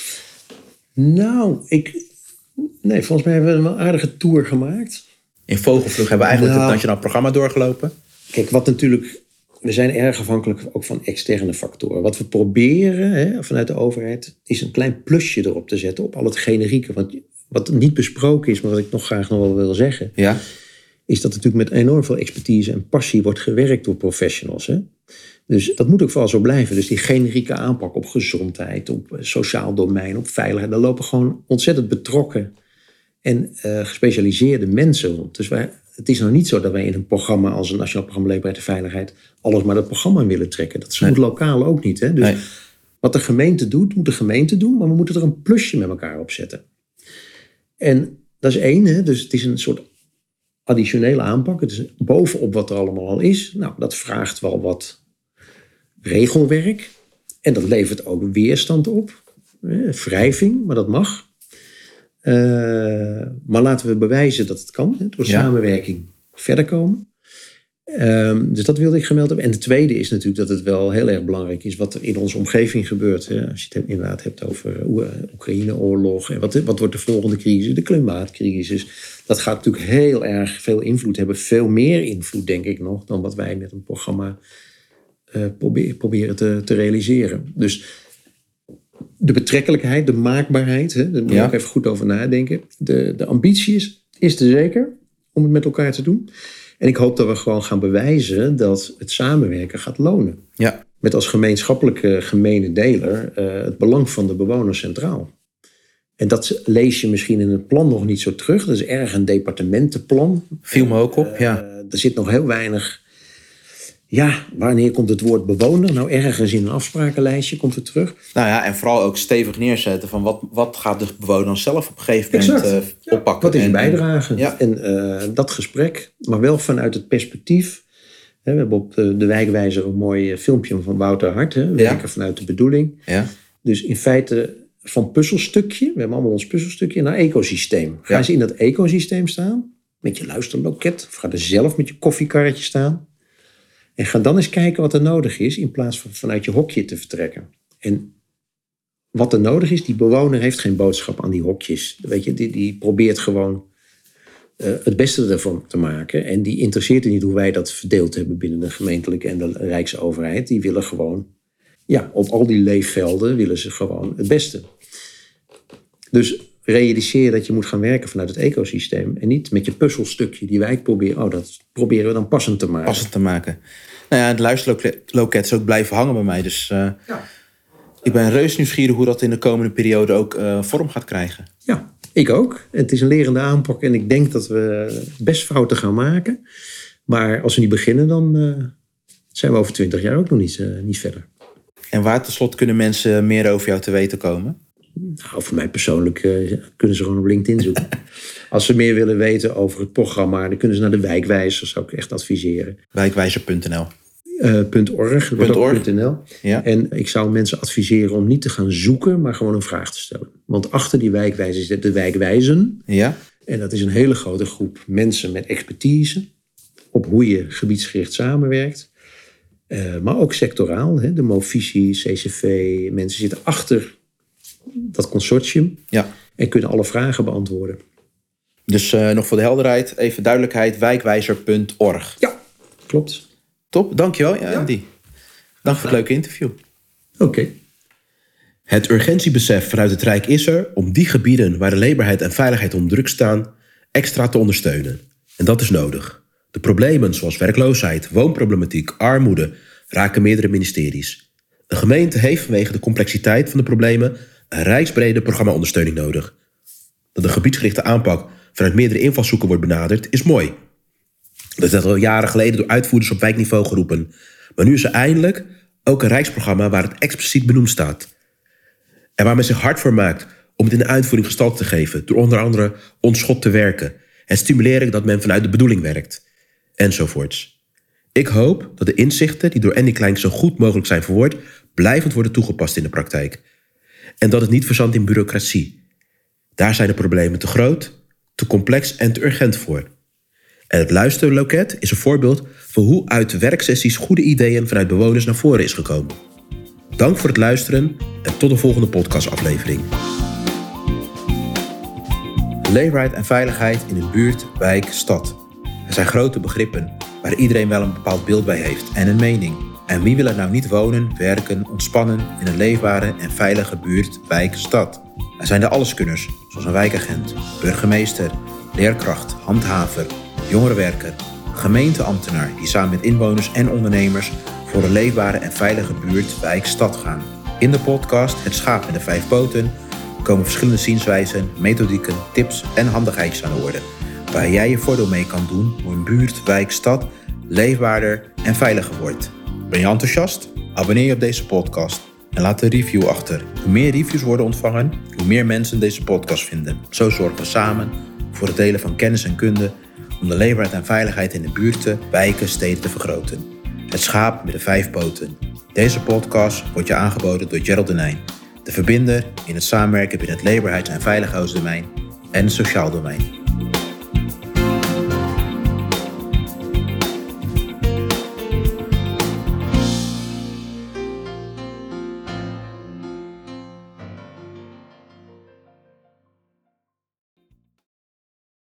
Nou, ik... Nee, volgens mij hebben we een aardige tour gemaakt. In vogelvlug hebben we eigenlijk nou, het nationaal programma doorgelopen. Kijk, wat natuurlijk... We zijn erg afhankelijk ook van externe factoren. Wat we proberen hè, vanuit de overheid is een klein plusje erop te zetten op al het generieke. Want wat niet besproken is, maar wat ik nog graag nog wel wil zeggen, ja. is dat natuurlijk met enorm veel expertise en passie wordt gewerkt door professionals. Hè? Dus dat moet ook vooral zo blijven. Dus die generieke aanpak op gezondheid, op sociaal domein, op veiligheid, daar lopen gewoon ontzettend betrokken en uh, gespecialiseerde mensen rond. Dus wij, het is nou niet zo dat wij in een programma als een Nationaal Programma Leefbaarheid en Veiligheid alles maar dat programma willen trekken. Dat nee. moet lokaal ook niet. Hè? Dus nee. wat de gemeente doet, moet de gemeente doen, maar we moeten er een plusje met elkaar op zetten. En dat is één, hè? Dus het is een soort additionele aanpak. Het is bovenop wat er allemaal al is. Nou, dat vraagt wel wat regelwerk. En dat levert ook weerstand op. Wrijving, maar dat mag. Uh, maar laten we bewijzen dat het kan. Hè, door ja. samenwerking verder komen. Um, dus dat wilde ik gemeld hebben. En de tweede is natuurlijk dat het wel heel erg belangrijk is wat er in onze omgeving gebeurt. Hè. Als je het inderdaad hebt over Oekraïne-oorlog. En wat, wat wordt de volgende crisis? De klimaatcrisis. Dat gaat natuurlijk heel erg veel invloed hebben. Veel meer invloed, denk ik nog, dan wat wij met een programma uh, probeer, proberen te, te realiseren. Dus de betrekkelijkheid, de maakbaarheid. Hè, daar moet je ja. ook even goed over nadenken. De, de ambitie is, is er zeker om het met elkaar te doen. En ik hoop dat we gewoon gaan bewijzen dat het samenwerken gaat lonen. Ja. Met als gemeenschappelijke gemene deler uh, het belang van de bewoners centraal. En dat lees je misschien in het plan nog niet zo terug. Dat is erg een departementenplan. Viel me ook op, uh, ja. Er zit nog heel weinig... Ja, wanneer komt het woord bewoner? Nou, ergens in een afsprakenlijstje komt het terug. Nou ja, en vooral ook stevig neerzetten van wat, wat gaat de bewoner zelf op een gegeven moment uh, ja, oppakken. Wat is en, bijdrage? Ja. En uh, dat gesprek, maar wel vanuit het perspectief. Hè, we hebben op de, de wijkwijzer een mooi filmpje van Wouter Hart. Hè, we ja. werken vanuit de bedoeling. Ja. Dus in feite van puzzelstukje, we hebben allemaal ons puzzelstukje, naar ecosysteem. Ga eens ja. in dat ecosysteem staan, met je luisterloket. Of ga er zelf met je koffiekarretje staan. En ga dan eens kijken wat er nodig is, in plaats van vanuit je hokje te vertrekken. En wat er nodig is, die bewoner heeft geen boodschap aan die hokjes. Weet je, die, die probeert gewoon uh, het beste ervan te maken. En die interesseert er niet hoe wij dat verdeeld hebben binnen de gemeentelijke en de Rijksoverheid. Die willen gewoon, ja, op al die leefvelden willen ze gewoon het beste. Dus realiseer dat je moet gaan werken vanuit het ecosysteem. En niet met je puzzelstukje die wijk proberen. Oh, dat proberen we dan passend te maken. Passend te maken. Nou ja, het luisterloket is ook blijven hangen bij mij. Dus uh, ja. ik ben reus nieuwsgierig hoe dat in de komende periode ook uh, vorm gaat krijgen. Ja, Ik ook. Het is een lerende aanpak en ik denk dat we best fouten gaan maken. Maar als we niet beginnen, dan uh, zijn we over twintig jaar ook nog niet, uh, niet verder. En waar tot slot kunnen mensen meer over jou te weten komen? Nou, voor mij persoonlijk uh, kunnen ze gewoon op LinkedIn zoeken. Als ze meer willen weten over het programma, dan kunnen ze naar de Wijkwijzer, zou ik echt adviseren. Wijkwijzer punt n l. Uh, .org, Punt org. .nl. Ja. En ik zou mensen adviseren om niet te gaan zoeken, maar gewoon een vraag te stellen. Want achter die wijkwijzer zit de wijkwijzen. Ja. En dat is een hele grote groep mensen met expertise op hoe je gebiedsgericht samenwerkt. Uh, maar ook sectoraal. Hè, de Movisie, C C V, mensen zitten achter dat consortium. Ja. En kunnen alle vragen beantwoorden. Dus uh, nog voor de helderheid, even duidelijkheid, wijkwijzer punt org. Ja, klopt. Top, dankjewel ja, Andy. Dank voor het leuke interview. Oké. Okay. Het urgentiebesef vanuit het Rijk is er om die gebieden waar de leefbaarheid en veiligheid onder druk staan, extra te ondersteunen. En dat is nodig. De problemen zoals werkloosheid, woonproblematiek, armoede raken meerdere ministeries. Een gemeente heeft vanwege de complexiteit van de problemen een rijksbrede programmaondersteuning nodig. Dat een gebiedsgerichte aanpak vanuit meerdere invalshoeken wordt benaderd, is mooi. Dat is al jaren geleden door uitvoerders op wijkniveau geroepen. Maar nu is er eindelijk ook een rijksprogramma waar het expliciet benoemd staat. En waar men zich hard voor maakt om het in de uitvoering gestalte te geven. Door onder andere onschot te werken. En stimuleren dat men vanuit de bedoeling werkt. Enzovoorts. Ik hoop dat de inzichten die door Andy Kleink zo goed mogelijk zijn verwoord, blijvend worden toegepast in de praktijk. En dat het niet verzandt in bureaucratie. Daar zijn de problemen te groot, te complex en te urgent voor. En het luisterloket is een voorbeeld van hoe uit werksessies goede ideeën vanuit bewoners naar voren is gekomen. Dank voor het luisteren en tot de volgende podcastaflevering. Leefbaarheid en veiligheid in een buurt, wijk, stad. Er zijn grote begrippen waar iedereen wel een bepaald beeld bij heeft en een mening. En wie wil er nou niet wonen, werken, ontspannen in een leefbare en veilige buurt, wijk, stad? Er zijn de alleskunners, zoals een wijkagent, burgemeester, leerkracht, handhaver, jongerenwerker, gemeenteambtenaar die samen met inwoners en ondernemers voor een leefbare en veilige buurt, wijk, stad gaan. In de podcast Het Schaap met de Vijf Poten komen verschillende zienswijzen, methodieken, tips en handigheidjes aan de orde, waar jij je voordeel mee kan doen hoe een buurt, wijk, stad leefbaarder en veiliger wordt. Ben je enthousiast? Abonneer je op deze podcast en laat een review achter. Hoe meer reviews worden ontvangen, hoe meer mensen deze podcast vinden. Zo zorgen we samen voor het delen van kennis en kunde om de leefbaarheid en veiligheid in de buurten, wijken, steden te vergroten. Het Schaap met de Vijf Poten. Deze podcast wordt je aangeboden door Gerald de Nijn, de verbinder in het samenwerken binnen het leefbaarheids- en veiligheidsdomein en het sociaal domein.